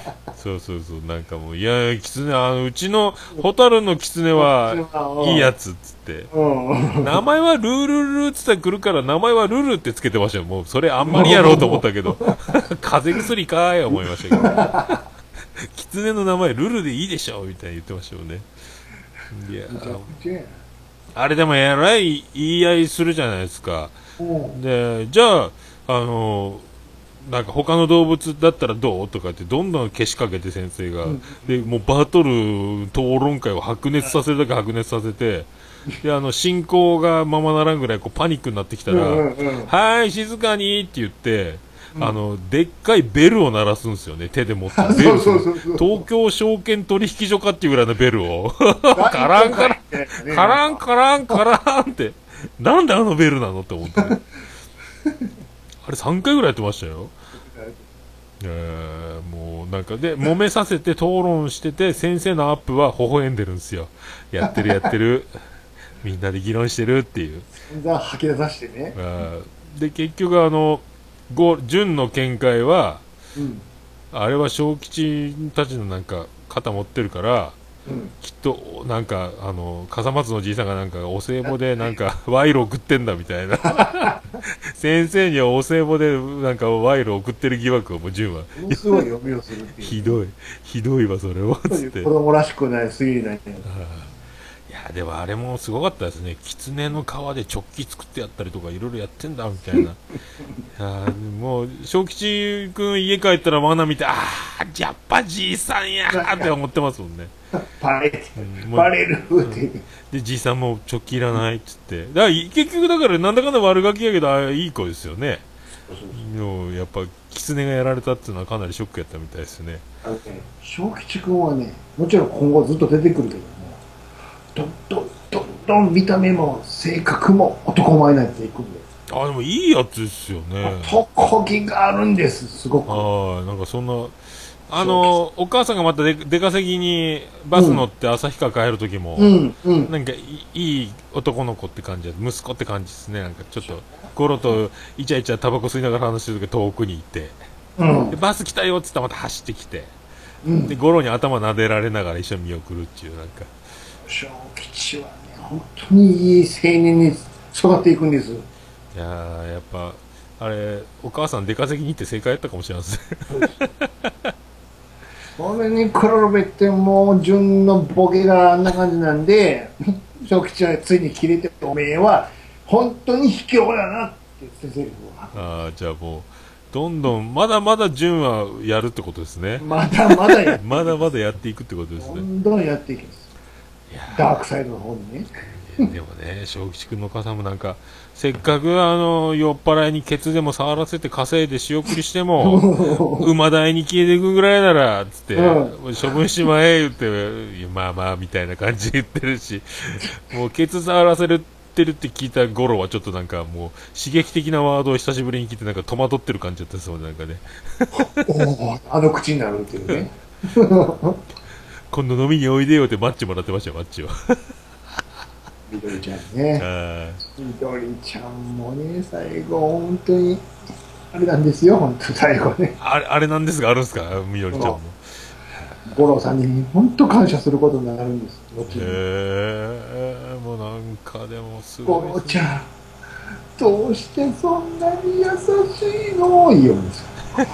そうそうそう、なんかもう、いや、キツネ、あの、うちのホタルのキツネはいいやつっつって、うん、名前はルールルーっつって来るから、名前はルルってつけてましたよ。もう、それあんまりやろうと思ったけど、風邪薬かーい思いましたけど、キツネの名前ルルでいいでしょみたいに言ってましたよね。いや、あれでもえらい言い合いするじゃないですか。で、じゃあ、あの、なんか他の動物だったらどうとかってどんどんけしかけて先生が、うん、でもうバトル討論会を白熱させるだけ白熱させて、であの進行がままならんぐらいこうパニックになってきたら、うんうんうん、はい静かにって言って、うん、あのでっかいベルを鳴らすんですよね、手で持ってベル東京証券取引所かっていうぐらいのベルをカランカランカランカランカランってなんであのベルなのって思って、ね、あれさんかいぐらいやってましたよ。えー、もうなんかで揉めさせて討論してて、先生のアップは微笑んでるんですよ。やってるやってるみんなで議論してるっていう。 全然吐き出さしてね。 で結局あの純の見解は、うん、あれは小吉たちのなんか肩持ってるから、うん、きっとなんかあの笠松のじいさんがなんかお歳暮でなんか賄賂送ってんだみたいな先生にはお歳暮でなんか賄賂送ってる疑惑をもう純はものすごい読みをするっていうひどいひどいわそれはつって子供らしくないすぎない。 いやでもあれもすごかったですね。狐の皮で直帰作ってやったりとかいろいろやってんだみたいな。いやもう小吉君家帰ったらマナ見て、ああやっぱじいさんやって思ってますもんね。 バレて、うん、バレるって、 でじいさんも直帰いらないっつって、だから結局だからなんだかんだ悪ガキやけどあいい子ですよね。もうやっぱ狐がやられたっていうのはかなりショックやったみたいですね。 あのね小吉君はねもちろん今後ずっと出てくるけども。どんどんどんどん見た目も性格も男前になっていくんで。 あでもいいやつですよね。 男気があるんですすごく。 あなんかそんなあのお母さんがまた出稼ぎにバス乗って旭川帰る時も、うんうん、なんかいい男の子って感じで息子って感じですね。なんかちょっとゴロとイチャイチャタバコ吸いながら話してる時遠くにいて、うん、でバス来たよっつったらまた走ってきて、うん、でゴロに頭撫でられながら一緒に見送るっていうなんか。 小吉はね本当にいい青年に育っていくんです。いやーやっぱあれお母さん出稼ぎに行って正解やったかもしれませんそれに比べてもう純のボケがあんな感じなんで小吉はついに切れておめえは本当に卑怯だなって言ってセリフをああじゃあもうどんどんまだまだ純はやるってことですね。 まだまだやまだまだやっていくってことですね。 どんどんやっていきます。ダークサイドの方にねでもね小吉君のお母さんもなんかせっかくあの酔っ払いにケツでも触らせて稼いで仕送りしても馬代に消えていくぐらいならつって、うん、処分しまえ言ってまあまあみたいな感じで言ってるしもうケツ触らせるってるって聞いた頃はちょっとなんかもう刺激的なワードを久しぶりに聞いてなんか戸惑ってる感じだったそうでなんかねおあの口になるっていうね今度飲みにおいでよってマッチもらってましたよマッチをみどりちゃんねみどりちゃんもね最後本当にあれなんですよ本当最後ねあれあれなんですがあるんですかみどりちゃんも五郎さんに本当感謝することになるんですへえもうなんかでもすごい五郎ちゃんどうしてそんなに優しいの言うんですよ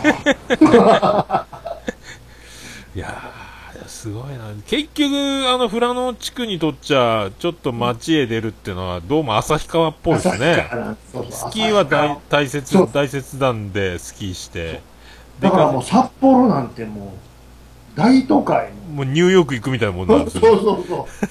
いやすごいな。結局あの富良野地区にとっちゃちょっと街へ出るっていうのはどうも旭川っぽいですね。スキーは大大切大切なんでスキーしてだからもう札幌なんてもう大都会もうニューヨーク行くみたいなもんなんですよ、ね、 そうそう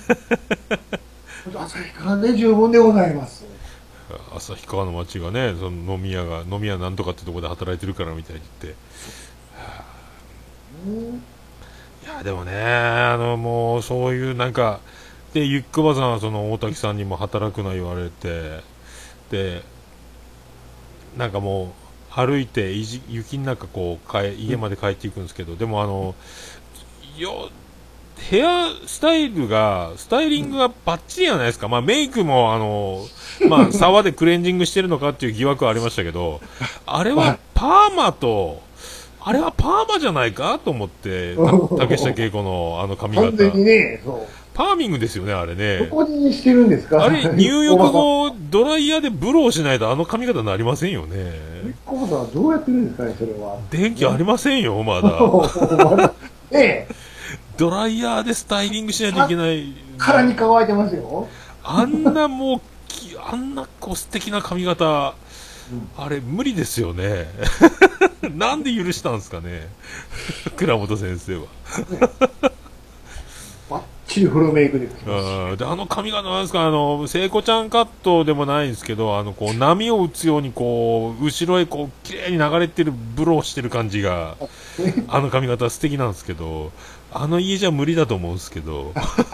そう旭川で十分でございます。 旭川の街がねその飲み屋が飲み屋なんとかってところで働いてるからみたいに言って、はあうんいやでもねあのもうそういうなんかでゆっくばさんはその大滝さんにも働くな言われてでなんかもう歩いて雪の中こう家まで帰っていくんですけど、うん、でもあのよヘアスタイルがスタイリングがバッチリじゃないですか、まあ、メイクもあの、まあ、沢でクレンジングしてるのかっていう疑惑はありましたけどあれはパーマとあれはパーマじゃないかと思って、竹下恵子のあの髪型。 完全にね、そう。 パーミングですよね、あれね。 どこにしてるんですか？ あれ、入浴後、ドライヤーでブローしないとあの髪型になりませんよね。 コバさんはどうやってるんですかね、それは。 電気ありませんよ、まだ。 まだええ。 ドライヤーでスタイリングしないといけない。 殻に乾いてますよ。 あんなもう、あんなこう素敵な髪型、うん、あれ無理ですよね。なんで許したんですかね。倉本先生は。ね、 バッチリフルメイクできますあであの髪型なんですか、あの聖子ちゃんカットでもないんですけど、あのこう波を打つようにこう後ろへこう綺麗に流れてるブローしてる感じがあの髪型素敵なんですけど、あの家じゃ無理だと思うんですけど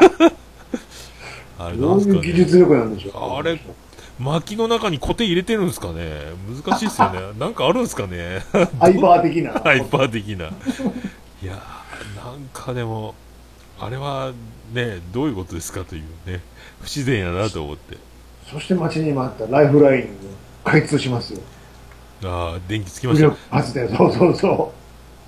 あれなんですかね、どういう技術力なんでしょう。 あれ薪の中にコテ入れてるんですかね、難しいですよね。なんかあるんですかね。 ハイパー的なハイパー的な。いやーなんかでもあれはね、どういうことですかというね、不自然やなと思って。 そして待ちに待ったライフラインが開通しますよ。 ああ、電気つきました。 発電、そうそうそう。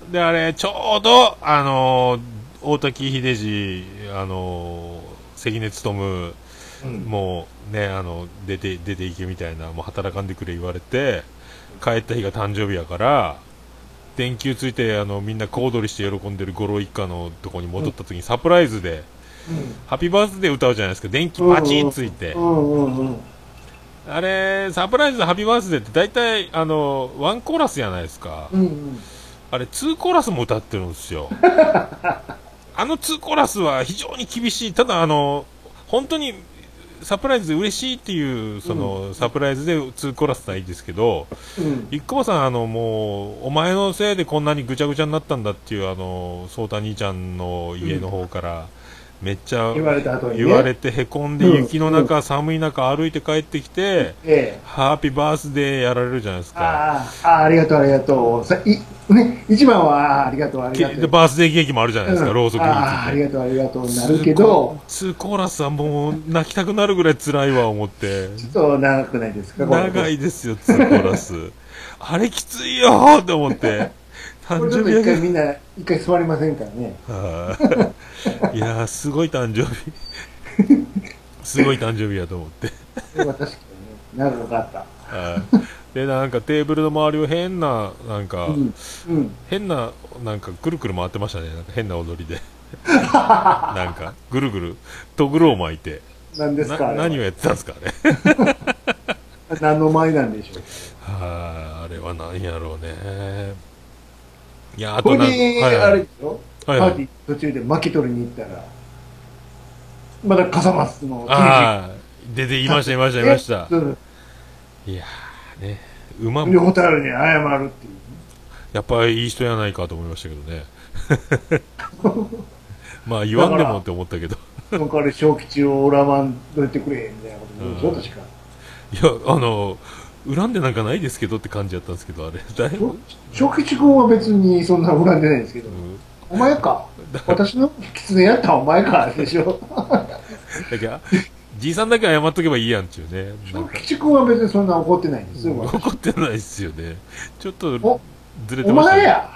で、あれ、ちょうど、あのー、大滝秀治、あのー、関根勤、うん、もうね、あの、出て、出ていけみたいな、もう働かんでくれ言われて、帰った日が誕生日やから、電球ついてあのみんな小躍りして喜んでる五郎一家のとこに戻った時にサプライズで、うん、ハッピーバースデー歌うじゃないですか、電気パチンついて、あれサプライズでハッピーバースデーって大体あのワンコーラスじゃないですか、うんうん、あれツーコーラスも歌ってるんですよあのツーコーラスは非常に厳しい。ただあの本当にサプライズで嬉しいっていうその、うん、サプライズでツーコーラスはいいですけど、うん、一駒さんあのもうお前のせいでこんなにぐちゃぐちゃになったんだっていうあの颯太兄ちゃんの家の方から、めっちゃ言われた後に、ね、 言われてへこんで雪の中、うん、寒い中歩いて帰ってきて、うん、ハッピーバースデーやられるじゃないですか。 ああありがとうありがとうさいね、一番はありがとうありがとうでバースデーケーキもあるじゃないですか、うん、ろうそくについてあありがとうありがとうなるけどツーコーラスはもう泣きたくなるぐらい辛いわ思ってちょっと長くないですか。 長いですよツーコーラスあれきついよーって思って誕生日一回みんな一回座りませんからねいやーすごい誕生日すごい誕生日やと思って確かにね長かったでなんかテーブルの周りを変ななんか、うんうん、変ななんかくるくる回ってましたね。なんか変な踊りでなんかぐるぐるとぐろを巻いて何ですか何をやってたんですかあれ何の舞なんでしょう。 はあ、あれは何やろうね。いやあとなんか、はいはい、あれでしょ、はいはい、パーティー途中で巻き取りに行ったらまだ笠松のああ出ていましたいましたいました。いやーね、馬もホタルに謝るっていう、ね、 やっぱりいい人やないかと思いましたけどねまあ言わんでもって思ったけどその代わり小吉を恨まんといてくれへんみたいなこと言うでしょ、確か。 いやあの恨んでなんかないですけどって感じだったんですけど、あれだいぶ小吉君は別にそんな恨んでないですけど、うん、お前か私の狐やったお前かでしょだからじいさんだけ謝っとけばいいやんちゅうね。 小吉君は別にそんな怒ってないんですよ、 うん、怒ってないですよね。ちょっとずれてましたね。お前や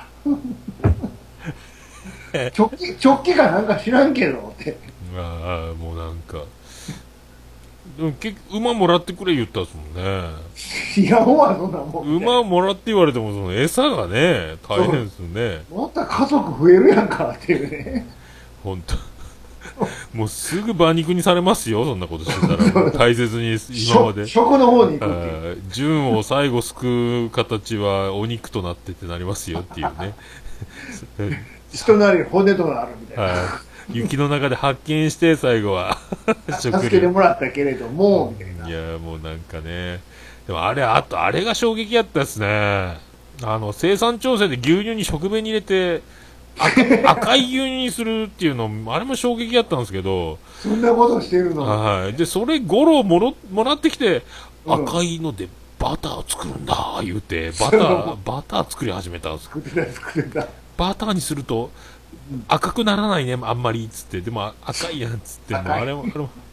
直帰直帰かなんか知らんけどってああもうなんかでも結馬もらってくれ言ったっすもんね。 いやほわそんなもん馬もらって言われてもその餌がね大変ですよね。 また家族増えるやんかっていうね。 本当もうすぐ馬肉にされますよ、そんなことしてたら大切に今まで食の方に行くっていう、 純を最後救う形はお肉となってってなりますよっていうね人なり骨となるみたいな、 はい、雪の中で発見して最後は助けてもらったけれどもみたいな。 いやもうなんかね、でもあれあとあれが衝撃やったですね。あの生産調整で牛乳に食紅入れて赤い牛乳にするっていうのあれも衝撃やったんですけど、 そんなことしてるの。 はい。でそれゴロもろもらってきて、うん、赤いのでバターを作るんだ言うてバターバター作り始めたんです。 作ってた作ってた。 バターにすると赤くならないねあんまりっつって、でも赤いやんっつってもあれもあれも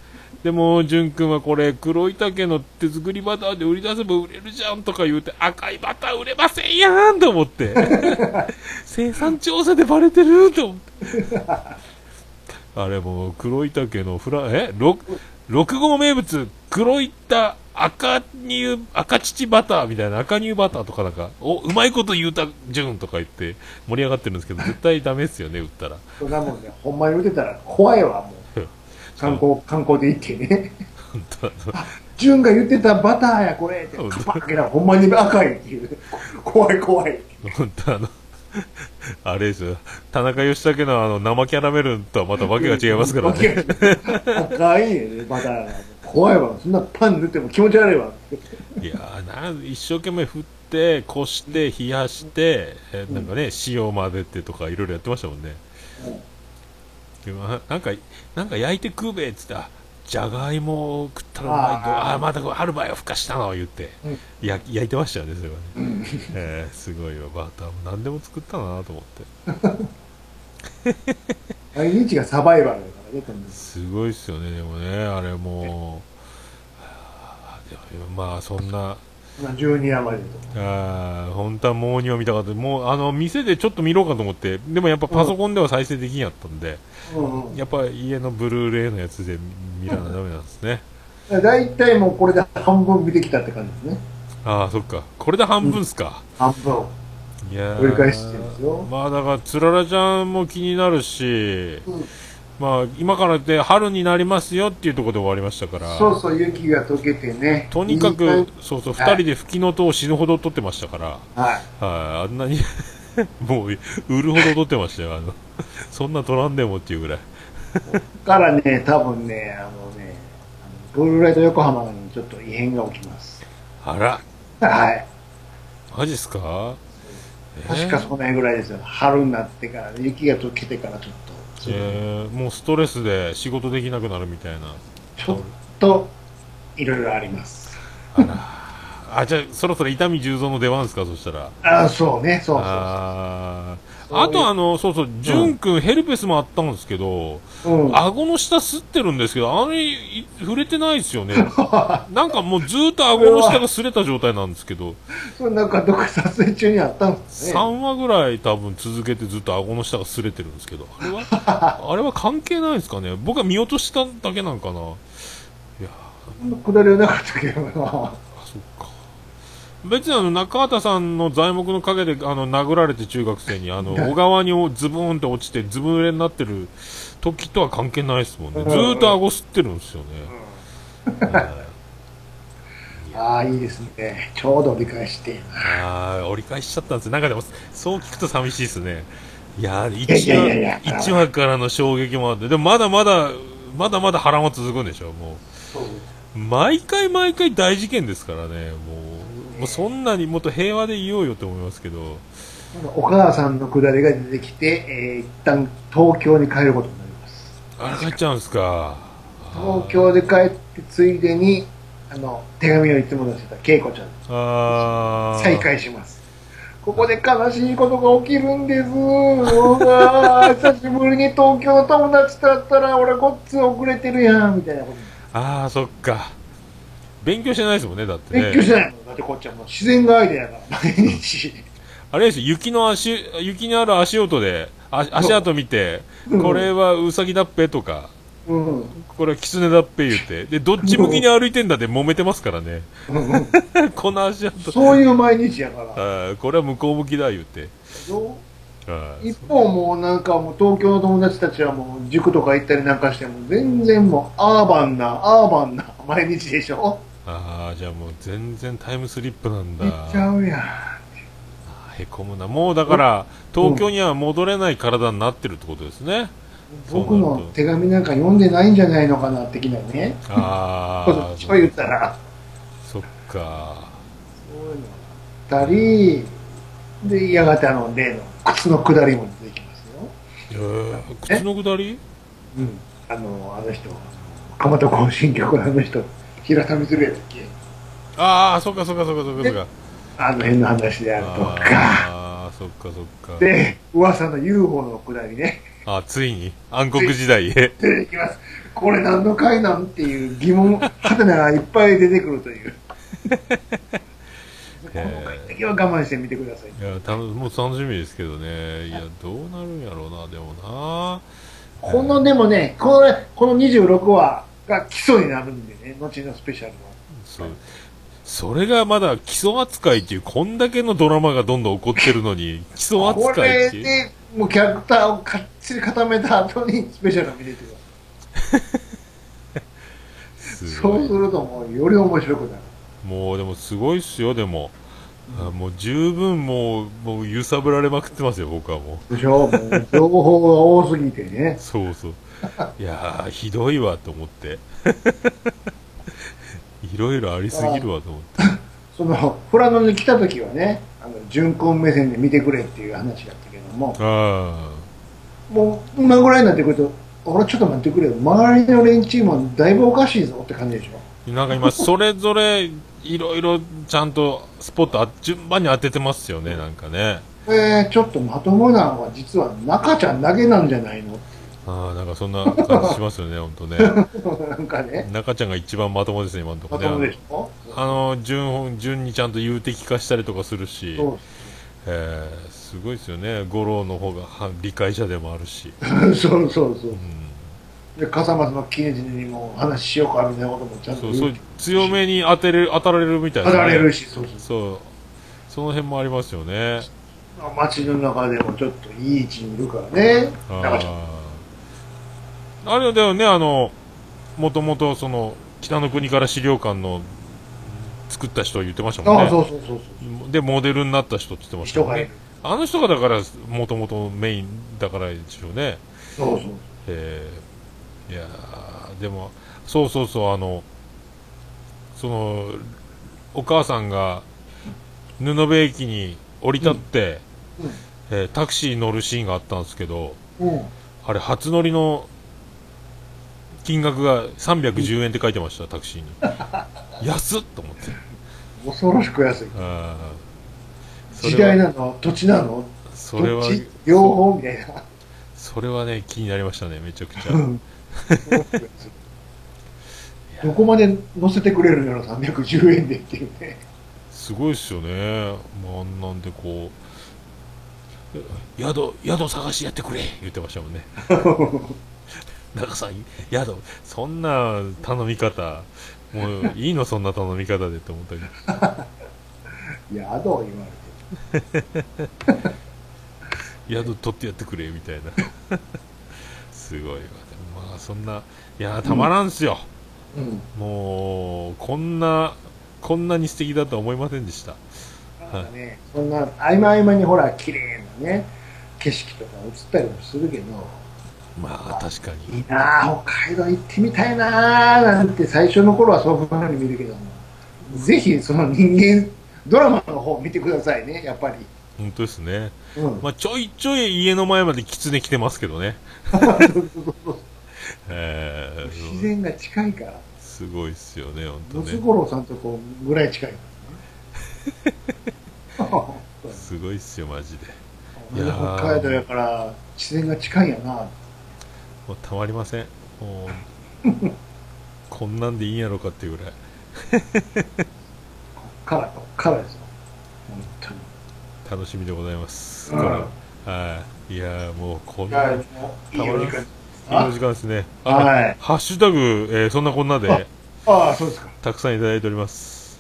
でも淳君はこれ黒板家の手作りバターで売り出せば売れるじゃんとか言うて、赤いバター売れませんやんと思って生産調査でバレてると思ってあれもう黒板家のフラえろく号名物黒板赤乳赤乳バターみたいな、赤乳バターとかなんかおうまいこと言うた順とか言って盛り上がってるんですけど、絶対ダメですよね売ったら。 そんなもんね、ほんまに売ってたら怖いわもう観光観光で行ってね本当あ、潤が言ってたバターやこれってカパッ開けたらほんまに赤いっていう怖い怖い。 本当あのあれですよ、田中義武のあの生キャラメルとはまたわけが違いますからね赤いねバターが怖いわ、そんなパン塗っても気持ち悪いわいやーな、一生懸命振ってこして冷やして、えーなんかね、塩混ぜてとかいろいろやってましたもんね、でもなんかなんか焼いて食うべっつって、あじゃがいもを食ったらうまいと、ああまたアルバイをふかしたの言って、うん、や焼いてましたよねそれはね、うん、えー、すごいわ、バターも何でも作ったなと思って毎日がサバイバルだからね、 すごいっすよね。でもねあれもうまあそんなじゅうにわまでとあ本当はもうにを見たかった。もうあの店でちょっと見ろうかと思って、でもやっぱパソコンでは再生できんやったんで、うんうん、やっぱ家のブルーレイのやつで見らなダメなんですねだいたいもうこれで半分見てきたって感じですね。 ああそっか、これで半分っすか、 うん、半分いや繰り返してるんですよ。 まあだからつららちゃんも気になるし、うん、まあ今からで春になりますよっていうところで終わりましたから、 そうそう雪が溶けてね、 とにかくそうそう、はい、ふたりで吹きの音を死ぬほど撮ってましたから、はい、はい、あんなにもう売るほど撮ってましたよ、あのそんな撮らんでもっていうぐらいこっからね多分ねあのねブルーライト横浜にちょっと異変が起きます。 あらはいマジっすか、 確かその辺ぐらいですよ。春になってから雪が溶けてからちょっと、 えー、もうストレスで仕事できなくなるみたいな、 ちょっといろいろあります。 あらあ、じゃあそろそろ伊丹十三の出番ですか、そしたら。 あそうね、そうそうそう、 ああとあのそうそう潤くん、うん、ヘルペスもあったんですけど、うん、顎の下すってるんですけど、あれ触れてないですよねなんかもうずっと顎の下が擦れた状態なんですけどそれなんかどっか撮影中にあったんですね。 さんわぐらい多分続けてずっと顎の下が擦れてるんですけど、あれはあれは関係ないですかね。僕は見落としただけなんかな。いやくだりはなかったけどな。あ、 そっか。別にあの中畑さんの材木の陰であの殴られて中学生にあの小川にズブーンって落ちてずぶ濡れになってる時とは関係ないですもんね。ずーっと顎吸ってるんですよね、 うんうん、ああいいですね、ちょうど折り返してああ折り返しちゃったんですよ。なんかでもそう聞くと寂しいですね。いやー 1, 話いちわからの衝撃もあって、でもまだまだまだまだ波乱は続くんでしょ。もう毎回毎回大事件ですからね。もうもうそんなにもっと平和でいようよと思いますけど、 お母さんのくだりが出てきて、えー、一旦東京に帰ることになります。 あら帰っちゃうんですか。 東京で帰ってついでにあの手紙をいつも出してた恵子ちゃんあ再会します。ここで悲しいことが起きるんです。久しぶりに東京の友達と会ったら俺こっち遅れてるやんみたいなこと。 ああそっか、勉強してないですもんね。だってね勉強してないの。だってこっちはもう自然がアイデアが毎日あれですよ、雪の足雪にある足音であ足跡見て、うん、これはウサギだっぺとか、うん、これはキツネだっぺ言うて、でどっち向きに歩いてんだって揉めてますからね、うん、この足跡そういう毎日やからあこれは向こう向きだ言うて。 一方もうなんかもう東京の友達たちはもう塾とか行ったりなんかしても全然もうアーバンなアーバンな毎日でしょ。 ああじゃあもう全然タイムスリップなんだ。 行っちゃうやん。 へこむな。もうだから東京には戻れない体になってるってことですね、 うん、僕の手紙なんか読んでないんじゃないのかな的なね。ああそう言ったらそっか、 そういうのがあったりで、やがてあの例の靴の下りも出てきますよ。 えー、靴の下り、 うん、あのあの人蒲田行進曲のあの人平田光やったっけ。 ああそっかそっかそっかそっかそっか、 あの辺の話であるとか、 ああそっかそっか、 で噂の ユーフォー のくだりね。 あついに暗黒時代へ出てきます。 これ何の回なんっていう疑問、はてながいっぱい出てくるという。この回だけは我慢してみてください。 いや、たもう楽しみですけどね。いや、どうなるんやろうな、でもな。 この、でもね、この、このにじゅうろくわが基礎になるんでね、後のスペシャルの。 そう。それがまだ基礎扱いっていう、こんだけのドラマがどんどん起こってるのに、基礎扱いっていう。 これで、もうキャラクターをかっちり固めた後にスペシャルを見れてください。そうするともうより面白くなる。 もうでもすごいっすよ、でも。あもう十分もう、もう揺さぶられまくってますよ、僕はもう。でしょ、もう情報が多すぎてね。 そうそう。いやー、ひどいわと思って。いろいろありすぎるわと思って。 その、富良野に来た時はね、あの、純婚目線で見てくれっていう話だったけども、あもう、今ぐらいになってくると、俺ちょっと待ってくれよ、周りの連中もだいぶおかしいぞって感じでしょ。 なんか今、それぞれ、いろいろちゃんとスポットあ順番に当ててますよね、なんかね。 えー、ちょっとまともなのは実は中ちゃんだけなんじゃないの。 ああ、なんかそんな感じしますよね、本当ね。 なんかね。 中ちゃんが一番まともですね、今のところね。 まともでしょ。 あの、順、順にちゃんと有敵化したりとかするし、そうえー、すごいですよね、五郎の方が理解者でもあるし。 そうそうそう。うんで笠松の刑事にも話しようかみたいなこともちゃんとそうそう強めに当てれ当たられるみたいな、 ね、当たられるしそうそうそうその辺もありますよね。 街の中でもちょっといい位置にいるからね。ああれだよね、あのもともとその北の国から資料館の作った人言ってましたもんね。 あそうそうそうそうでモデルになった人って言ってましたもんね。あの人がだからもともとメインだからでしょうね。 そうそうそうえーいやでもそうそうそうあのそのお母さんが布部駅に降り立って、うんうんえー、タクシー乗るシーンがあったんですけど、うん、あれ初乗りの金額がさんびゃくじゅうえんって書いてました、タクシーに安っと思って恐ろしく安い。 あ時代なの土地なのそれはどっち両方みたいな。 それはね気になりましたね、めちゃくちゃどこまで乗せてくれるんやろさんびゃくじゅうえんでっていうね。 すごいっすよね。まあ、あんなんでこう宿宿探してやってくれ言ってましたもんね中さん宿そんな頼み方もういいのそんな頼み方でって思ったけど宿を言われて宿取ってやってくれみたいなすごいわ。まあそんないやたまらんすよ、うん、もうこんなこんなに素敵だとは思いませんでした。 なんかね、そんな合間合間にほら綺麗なね景色とか映ったりもするけど、 まあ確かにいいなあ北海道行ってみたいなあなんて最初の頃はそういうふうに見るけども、ぜひその人間ドラマの方見てくださいね、やっぱり。 本当ですね、うん、まあちょいちょい家の前まで狐来てますけどねえー、自然が近いからすごいっすよね、本当ね。 ムツゴロウさんとこうぐらい近いからねすごいっすよマジで。 いや北海道やから自然が近いんやな。 もうたまりません、もうこんなんでいいんやろかっていうぐらいこっからこっからですよ本当に楽しみでございます、うん、はい、いやもうこんなたまらんいいお時間ですね。あ、はい、ハッシュタグ、えー、そんなこんなでああそうですか、 たくさんいただいております。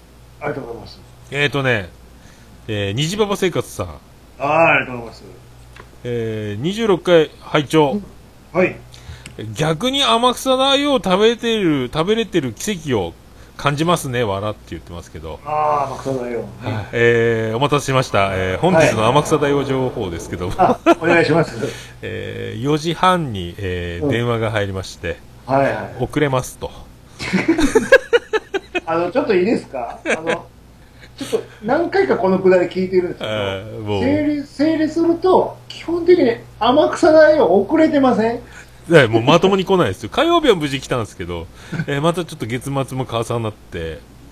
ありがとうございます。 えーとね、えー、虹パパ生活さん、 ああありがとうございます。 えー、にじゅうろっかい拝聴、うん、 はい。 逆に天草大王を食べてる食べれてる奇跡を感じますね、わらって言ってますけど。 ああ、天草大王。はい、 えー、お待たせしました。えー、本日の天草大王情報ですけども、 はい、お願いします。 えー、よじはんに、えーうん、電話が入りまして、 はいはい、 遅れますと。 あの、ちょっといいですか？あの、ちょっと何回かこのくだり聞いてるんですけど、整理、整理すると、基本的に天草大王遅れてません？ もうまともに来ないですよ。火曜日は無事来たんですけど、えー、またちょっと月末も重なって、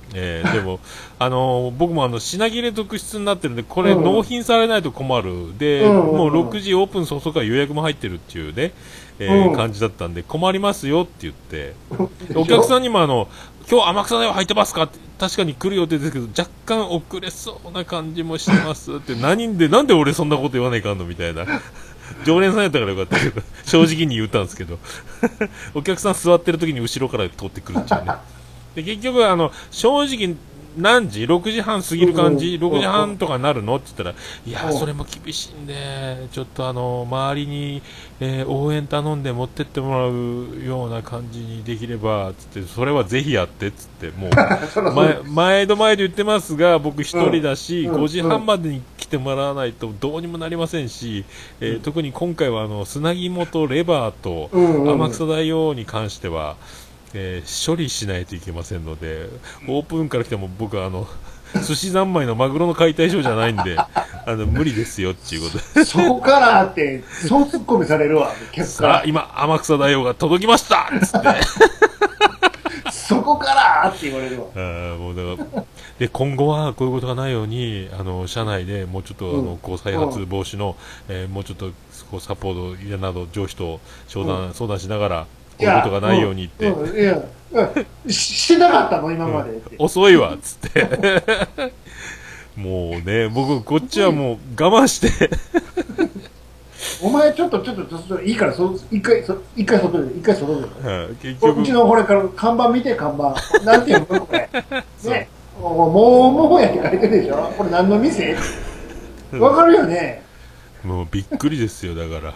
えー、でも、あのー、僕もあの品切れ続出になってるんで、これ、納品されないと困る、で、うん、もうろくじオープン早々から予約も入ってるっていうね、えーうん、感じだったんで、困りますよって言って、お客さんにもあの、今日天草大王入ってますかって、確かに来る予定ですけど、若干遅れそうな感じもしてますって、何で、なんで俺そんなこと言わないかんのみたいな。常連さんやったからよかったけど、正直に言ったんですけど、お客さん座ってる時に後ろから通ってくるっていうね。で結局あの正直何時ろくじはん過ぎる感じ、ろくじはんとかなるのって言ったら、いやそれも厳しいんでちょっとあの周りに、えー、応援頼んで持ってってもらうような感じにできればつって、それはぜひやってっつって、もう前毎度毎度言ってますが、僕一人だし、ごじはんまでに来てもらわないとどうにもなりませんし、えー、特に今回はあの砂肝とレバーと天草大王に関してはえー、処理しないといけませんので、オープンから来ても僕はあの寿司三昧のマグロの解体ショーじゃないんで、あの無理ですよっていうことでそこからってそうツッコミされるわ。 さあ今天草大王が届きましたっつってそこからって言われるわ。 あもうだからで今後はこういうことがないようにあの社内でもうちょっと、うん、あのこう再発防止の、うんえー、もうちょっとこうサポートなど上司と相談、うん、相談しながらこういうことがないようにって、 うんうん、いや、うん、し, しなかったの今までって、 うん、遅いわっつってもうね僕こっちはもう我慢してお前ちょっとちょっとちょっといいからそ一回そ一回外で一回外で、 はあ、結局うちのこれから看板見て看板なんていうのこれねもうもうやって書いてるでしょこれ何の店わかるよねもうびっくりですよだから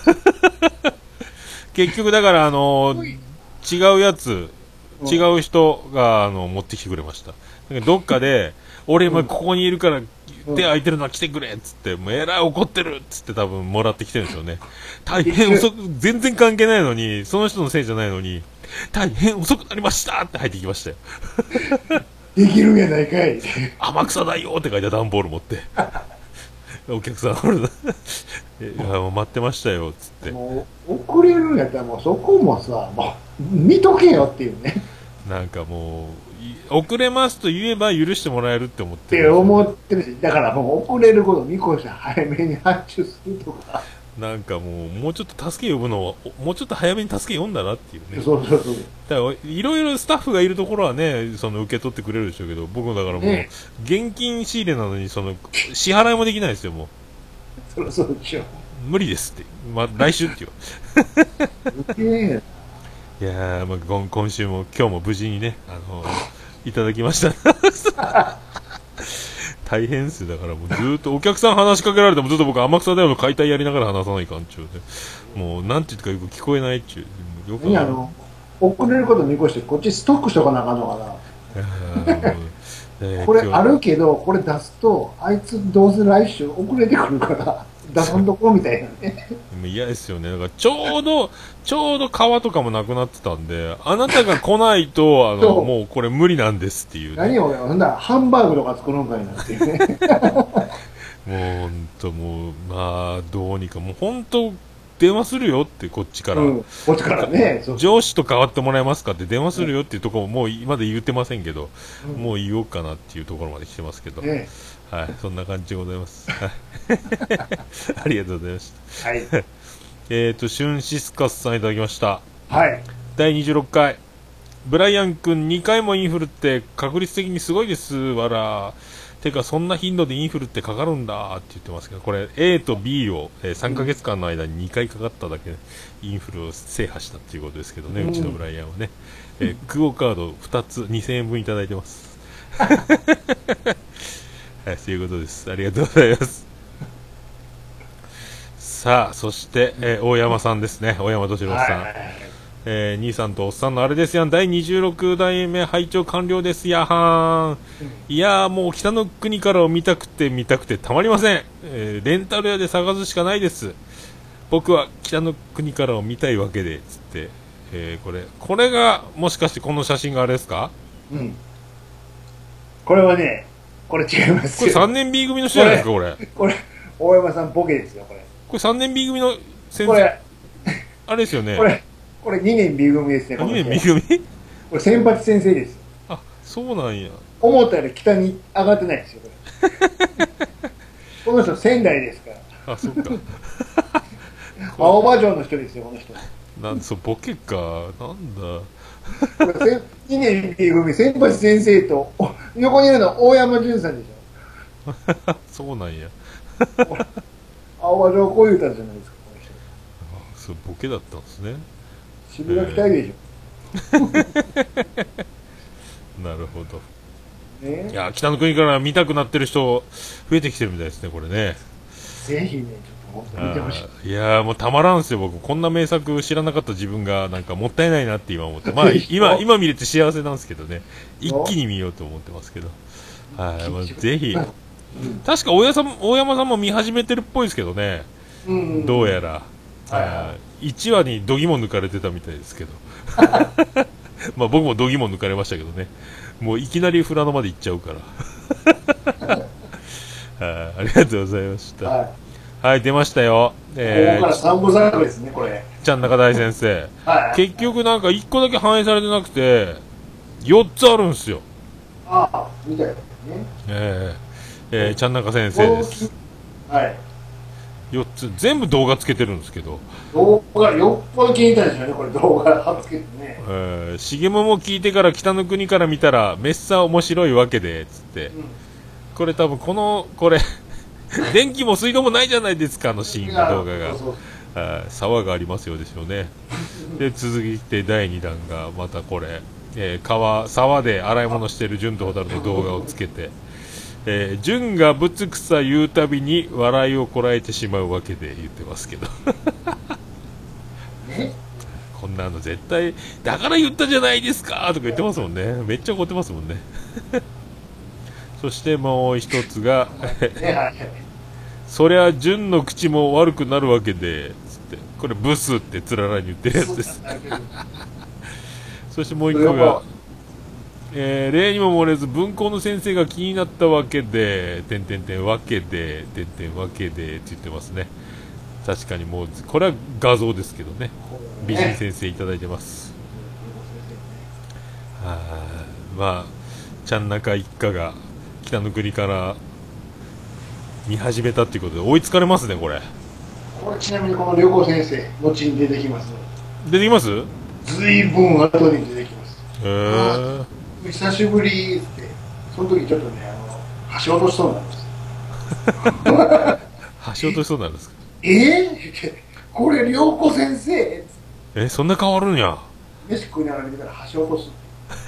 結局だからあのー、違うやつ違う人があの持ってきてくれました。どっかで俺今ここにいるから手空いてるのは来てくれっつってもうえらい怒ってるっつって多分もらってきてるんですよね。大変遅く全然関係ないのにその人のせいじゃないのに大変遅くなりましたって入ってきましたよできるんやないかい天草だよって書いた段ボール持ってお客さん俺いやもう待ってましたよっつってもう遅れるんやったらもうそこもさもう見とけよっていうねなんかもう遅れますと言えば許してもらえるって思ってるって思ってるしだからもう遅れることを見越して早めに発注するとかなんかもうもうちょっと助け呼ぶのをもうちょっと早めに助け呼んだらっていうねそうそうそうだからいろいろスタッフがいるところはねその受け取ってくれるでしょうけど僕だからもう、ね、現金仕入れなのにその支払いもできないですよもうそりゃそうでしょ無理ですって、まあ、来週っていういやー、まあ、今, 今週も今日も無事にね、あのー、いただきました大変ですよだからもうずっとお客さん話しかけられてもずっと僕天草大王の解体やりながら話さないかんちゅうでもうなんて言ってかよく聞こえないっちゅうよくいやあの遅れること見越してこっちストックしとかなあかんのかなえー、これあるけどこれ出すとあいつどうせ来週遅れてくるから出さんとこみたいなね嫌ですよねだからちょうどちょうど皮とかもなくなってたんであなたが来ないとあのもうこれ無理なんですっていう、ね、 何をほんだらハンバーグとか作るんかいなっていうねもうほんともうまあどうにかもう本当電話するよってこっちから、うん、 こっちからね上司と変わってもらえますかって電話するよっていうところももうまだ言ってませんけど、うん、もう言おうかなっていうところまで来てますけど、ね、はい、そんな感じでございますありがとうございました、はい、えっとシュンシスカスさんいただきました、 はい、 だいにじゅうろっかいブライアン君にかいもインフルって確率的にすごいですわらてかそんな頻度でインフルってかかるんだって言ってますけどこれ A と B を、えー、さんかげつかんの間ににかいかかっただけでインフルを制覇したっていうことですけどね、うん、うちのブライアンはね、えー、クオカードふたつにせんえんぶんいただいてますはい、そういうことです。ありがとうございます。さあ、そして、えー、大山さんですね。大山敏郎さん。えー、兄さんとおっさんのあれですやん。だいにじゅうろくだいめ拝聴完了ですやはーん。いやーもう北の国からを見たくて見たくてたまりません。えー、レンタル屋で探すしかないです。僕は北の国からを見たいわけで、つって。えー、これ、これが、もしかしてこの写真があれですか？ うん。これはね、これ違いますこれさんねん B 組の人じゃないですかこれこれ大山さんボケですよこれこれさんねん B 組の先生これあれですよねこれこれにねん B 組ですねこにねん B 組これ先発先生ですあそうなんや。 思ったより北に上がってないですよ、これ。この人仙台ですから。 あ、そっか。 青葉城の人ですよ、この人。 なんで、そう、ボケか。なんだ。 これ、にねん B 組、先発先生と、横にいるのは大山潤さんでしょ。そうなんや。 青葉城こういう歌じゃないですか、この人。 あ、そう、ボケだったんですね。 渋谷北でしょ。 なるほど。 ね、 いや、北の国から見たくなってる人、増えてきてるみたいですね、これね。 ぜひね、ちょっと見てほしい。 いやー、もうたまらんすよ、僕。こんな名作知らなかった自分が、なんかもったいないなって今思って。まあ、今、今見れて幸せなんですけどね。一気に見ようと思ってますけど。はい、まあ、ぜひ。確か大山さん、大山さんも見始めてるっぽいですけどね。うん、どうやら。はい、いちわに度肝抜かれてたみたいですけど。まあ僕も度肝抜かれましたけどね。もういきなり富良野まで行っちゃうから。あ, ありがとうございました。はい、はい、出ましたよ。 えー、ここから三部作ですね、これ。 ちゃん中大先生。 はい、 結局なんかいっこだけ反映されてなくて、よっつあるんすよ。 ああ、みたいですね。 えー、えー、ちゃん中先生です。 はい。 よっつ、全部動画つけてるんですけど。 動画、よっぽど気に入ったんでしょうね、これ動画貼っつけてね。 えー、しげもも聞いてから北の国から見たら、めっさ面白いわけで、つって。うん、これ多分この、これ、電気も水道もないじゃないですか、あのシーンの動画が。そうそう、あ、沢がありますよでしょうね。で、続いてだいにだんが、またこれ、えー、川、沢で洗い物してる純と蛍の動画をつけて、えー、純がぶつくさ言うたびに笑いをこらえてしまうわけで言ってますけど。こんなの絶対、だから言ったじゃないですかとか言ってますもんね。めっちゃ怒ってますもんね。そしてもう一つが、そりゃ純の口も悪くなるわけで、つって、これブスってつららに言ってるやつです。そしてもう一個が、えー、例にも漏れず文校の先生が気になったわけで、てんてんてんわけで、てんてんわけでって言ってますね。確かにもう、これは画像ですけどね。美人先生いただいてます。あ、まあ、ちゃん中一家が北の国から見始めたっていうことで追いつかれますね、これ。 これちなみにこの旅行先生、後に出てきます。 出てきます？ ずいぶん後に出てきます。 へー。 久しぶりって、その時ちょっとね、あの、橋落としそうなんです。 橋落としそうなんですか？ えー、って、これ良子先生え、そんな変わるんや。 飯食いながら見てたら橋落とす。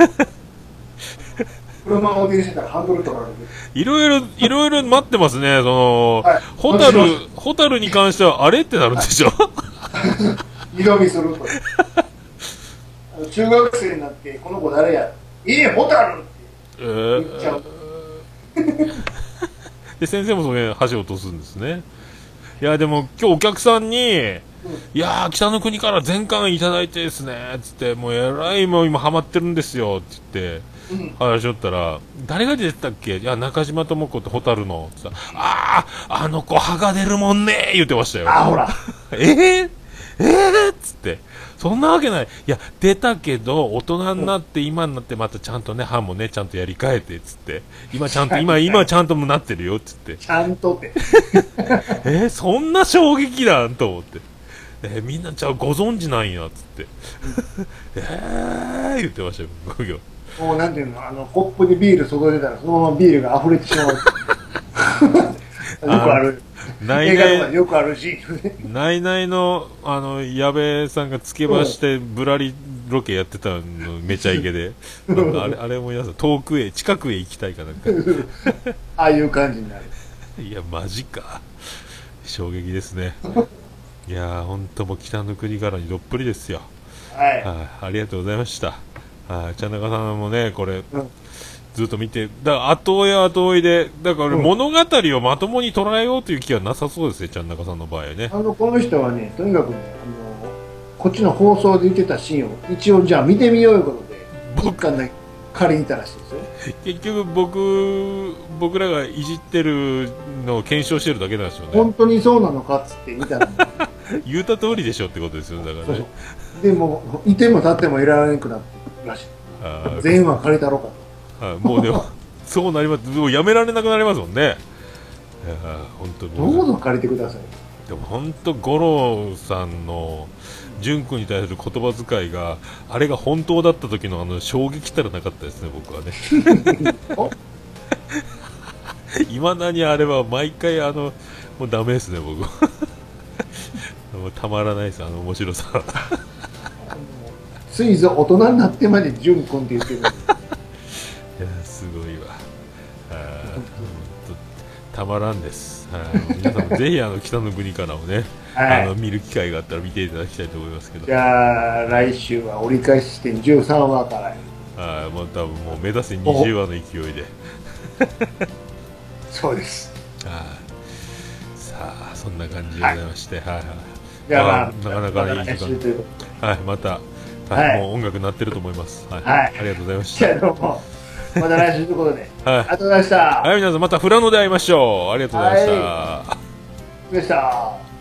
車を運転してたらハンドルとかいろいろ、いろいろ待ってますね。その、はい、ホタル、ホタルに関してはあれってなるんでしょ？ 二度見すると。中学生になって、この子誰や？えー、ホタルって言っちゃう。 えー、で、先生もそれ、橋を落とすんですね。いや、でも今日お客さんに、うん、いやー、北の国から全巻いただいてですね、つって、もうえらいもう今ハマってるんですよ、って言って、うん、話しよったら、誰が出てたっけ？いや、中島智子ってホタルの、つったら、あー、あの子歯が出るもんねー言ってましたよ。 あ、ほら。 えー、えー、つって、そんなわけない。いや、出たけど、大人になって、今になってまたちゃんとね、歯もね、ちゃんとやり替えて、つって。今ちゃんと、今、今ちゃんとなってるよ、つって。 ちゃんとって。 えー、そんな衝撃だと思って。えー、みんなちゃう、ご存知なんや、つって。えー、言ってましたよ、僕よ。 もうなんていうの、あの、コップにビール注いでたら、そのままビールが溢れてしまう。よくある。 ないない、 よくあるし。 ないないの、あの、矢部さんがつけまして、ぶらりロケやってたの、めちゃイケで。なんかあれ、あれも皆さん、遠くへ、近くへ行きたいかなんか。 ああいう感じになる。 いや、マジか。衝撃ですね。いやー、ほんともう北の国からにどっぷりですよ。 はい。 あ, ありがとうございました。あ、ちゃん中さんもね、これ、うん、ずっと見て、だから後追い後追いで、だから物語をまともに捉えようという気はなさそうですね、ちゃん中さんの場合はね。 あの、この人はね、とにかくね、あの、こっちの放送で言ってたシーンを一応じゃあ見てみようということで、僕巻だけ借りに行ったらしいですよ。 結局僕、僕らがいじってるのを検証してるだけなんですよね。 本当にそうなのかっつって見たら、ね、 言うた通りでしょってことですよ、だからね。そうそう。 でも、いても立ってもいられなくなってるらしい。全話借りたろうかと。 はい、もうでもそうなります。もうやめられなくなりますもんね。いや本当にどうぞ借りてください。 でも本当五郎さんの純君に対する言葉遣いがあれが本当だった時のあの衝撃たらなかったですね、僕はね。いまだにあれは毎回あのもうダメですね、僕は。もうたまらないです、あの面白さ。 ついぞ大人になってまで純君って言ってる。いやすごいわ。あたまらんです。皆さんもぜひあの北の国からをね、はい、あの見る機会があったら見ていただきたいと思いますけど。 じゃあ来週は折り返し視点じゅうさんわから。 ああ、もう多分もう目指せにじゅうわの勢いで。 そうです。 あさあそんな感じでございまして、はい、はいはい。 じゃあ、まあ、 なかなかいい時間。はい、また、はい、もう音楽鳴ってると思います。はい、はい、ありがとうございました。 じゃあどうも。また来週ということで、はい、ありがとうございました。 はい、皆さんまた富良野で会いましょう。ありがとうございました。 はい、でした。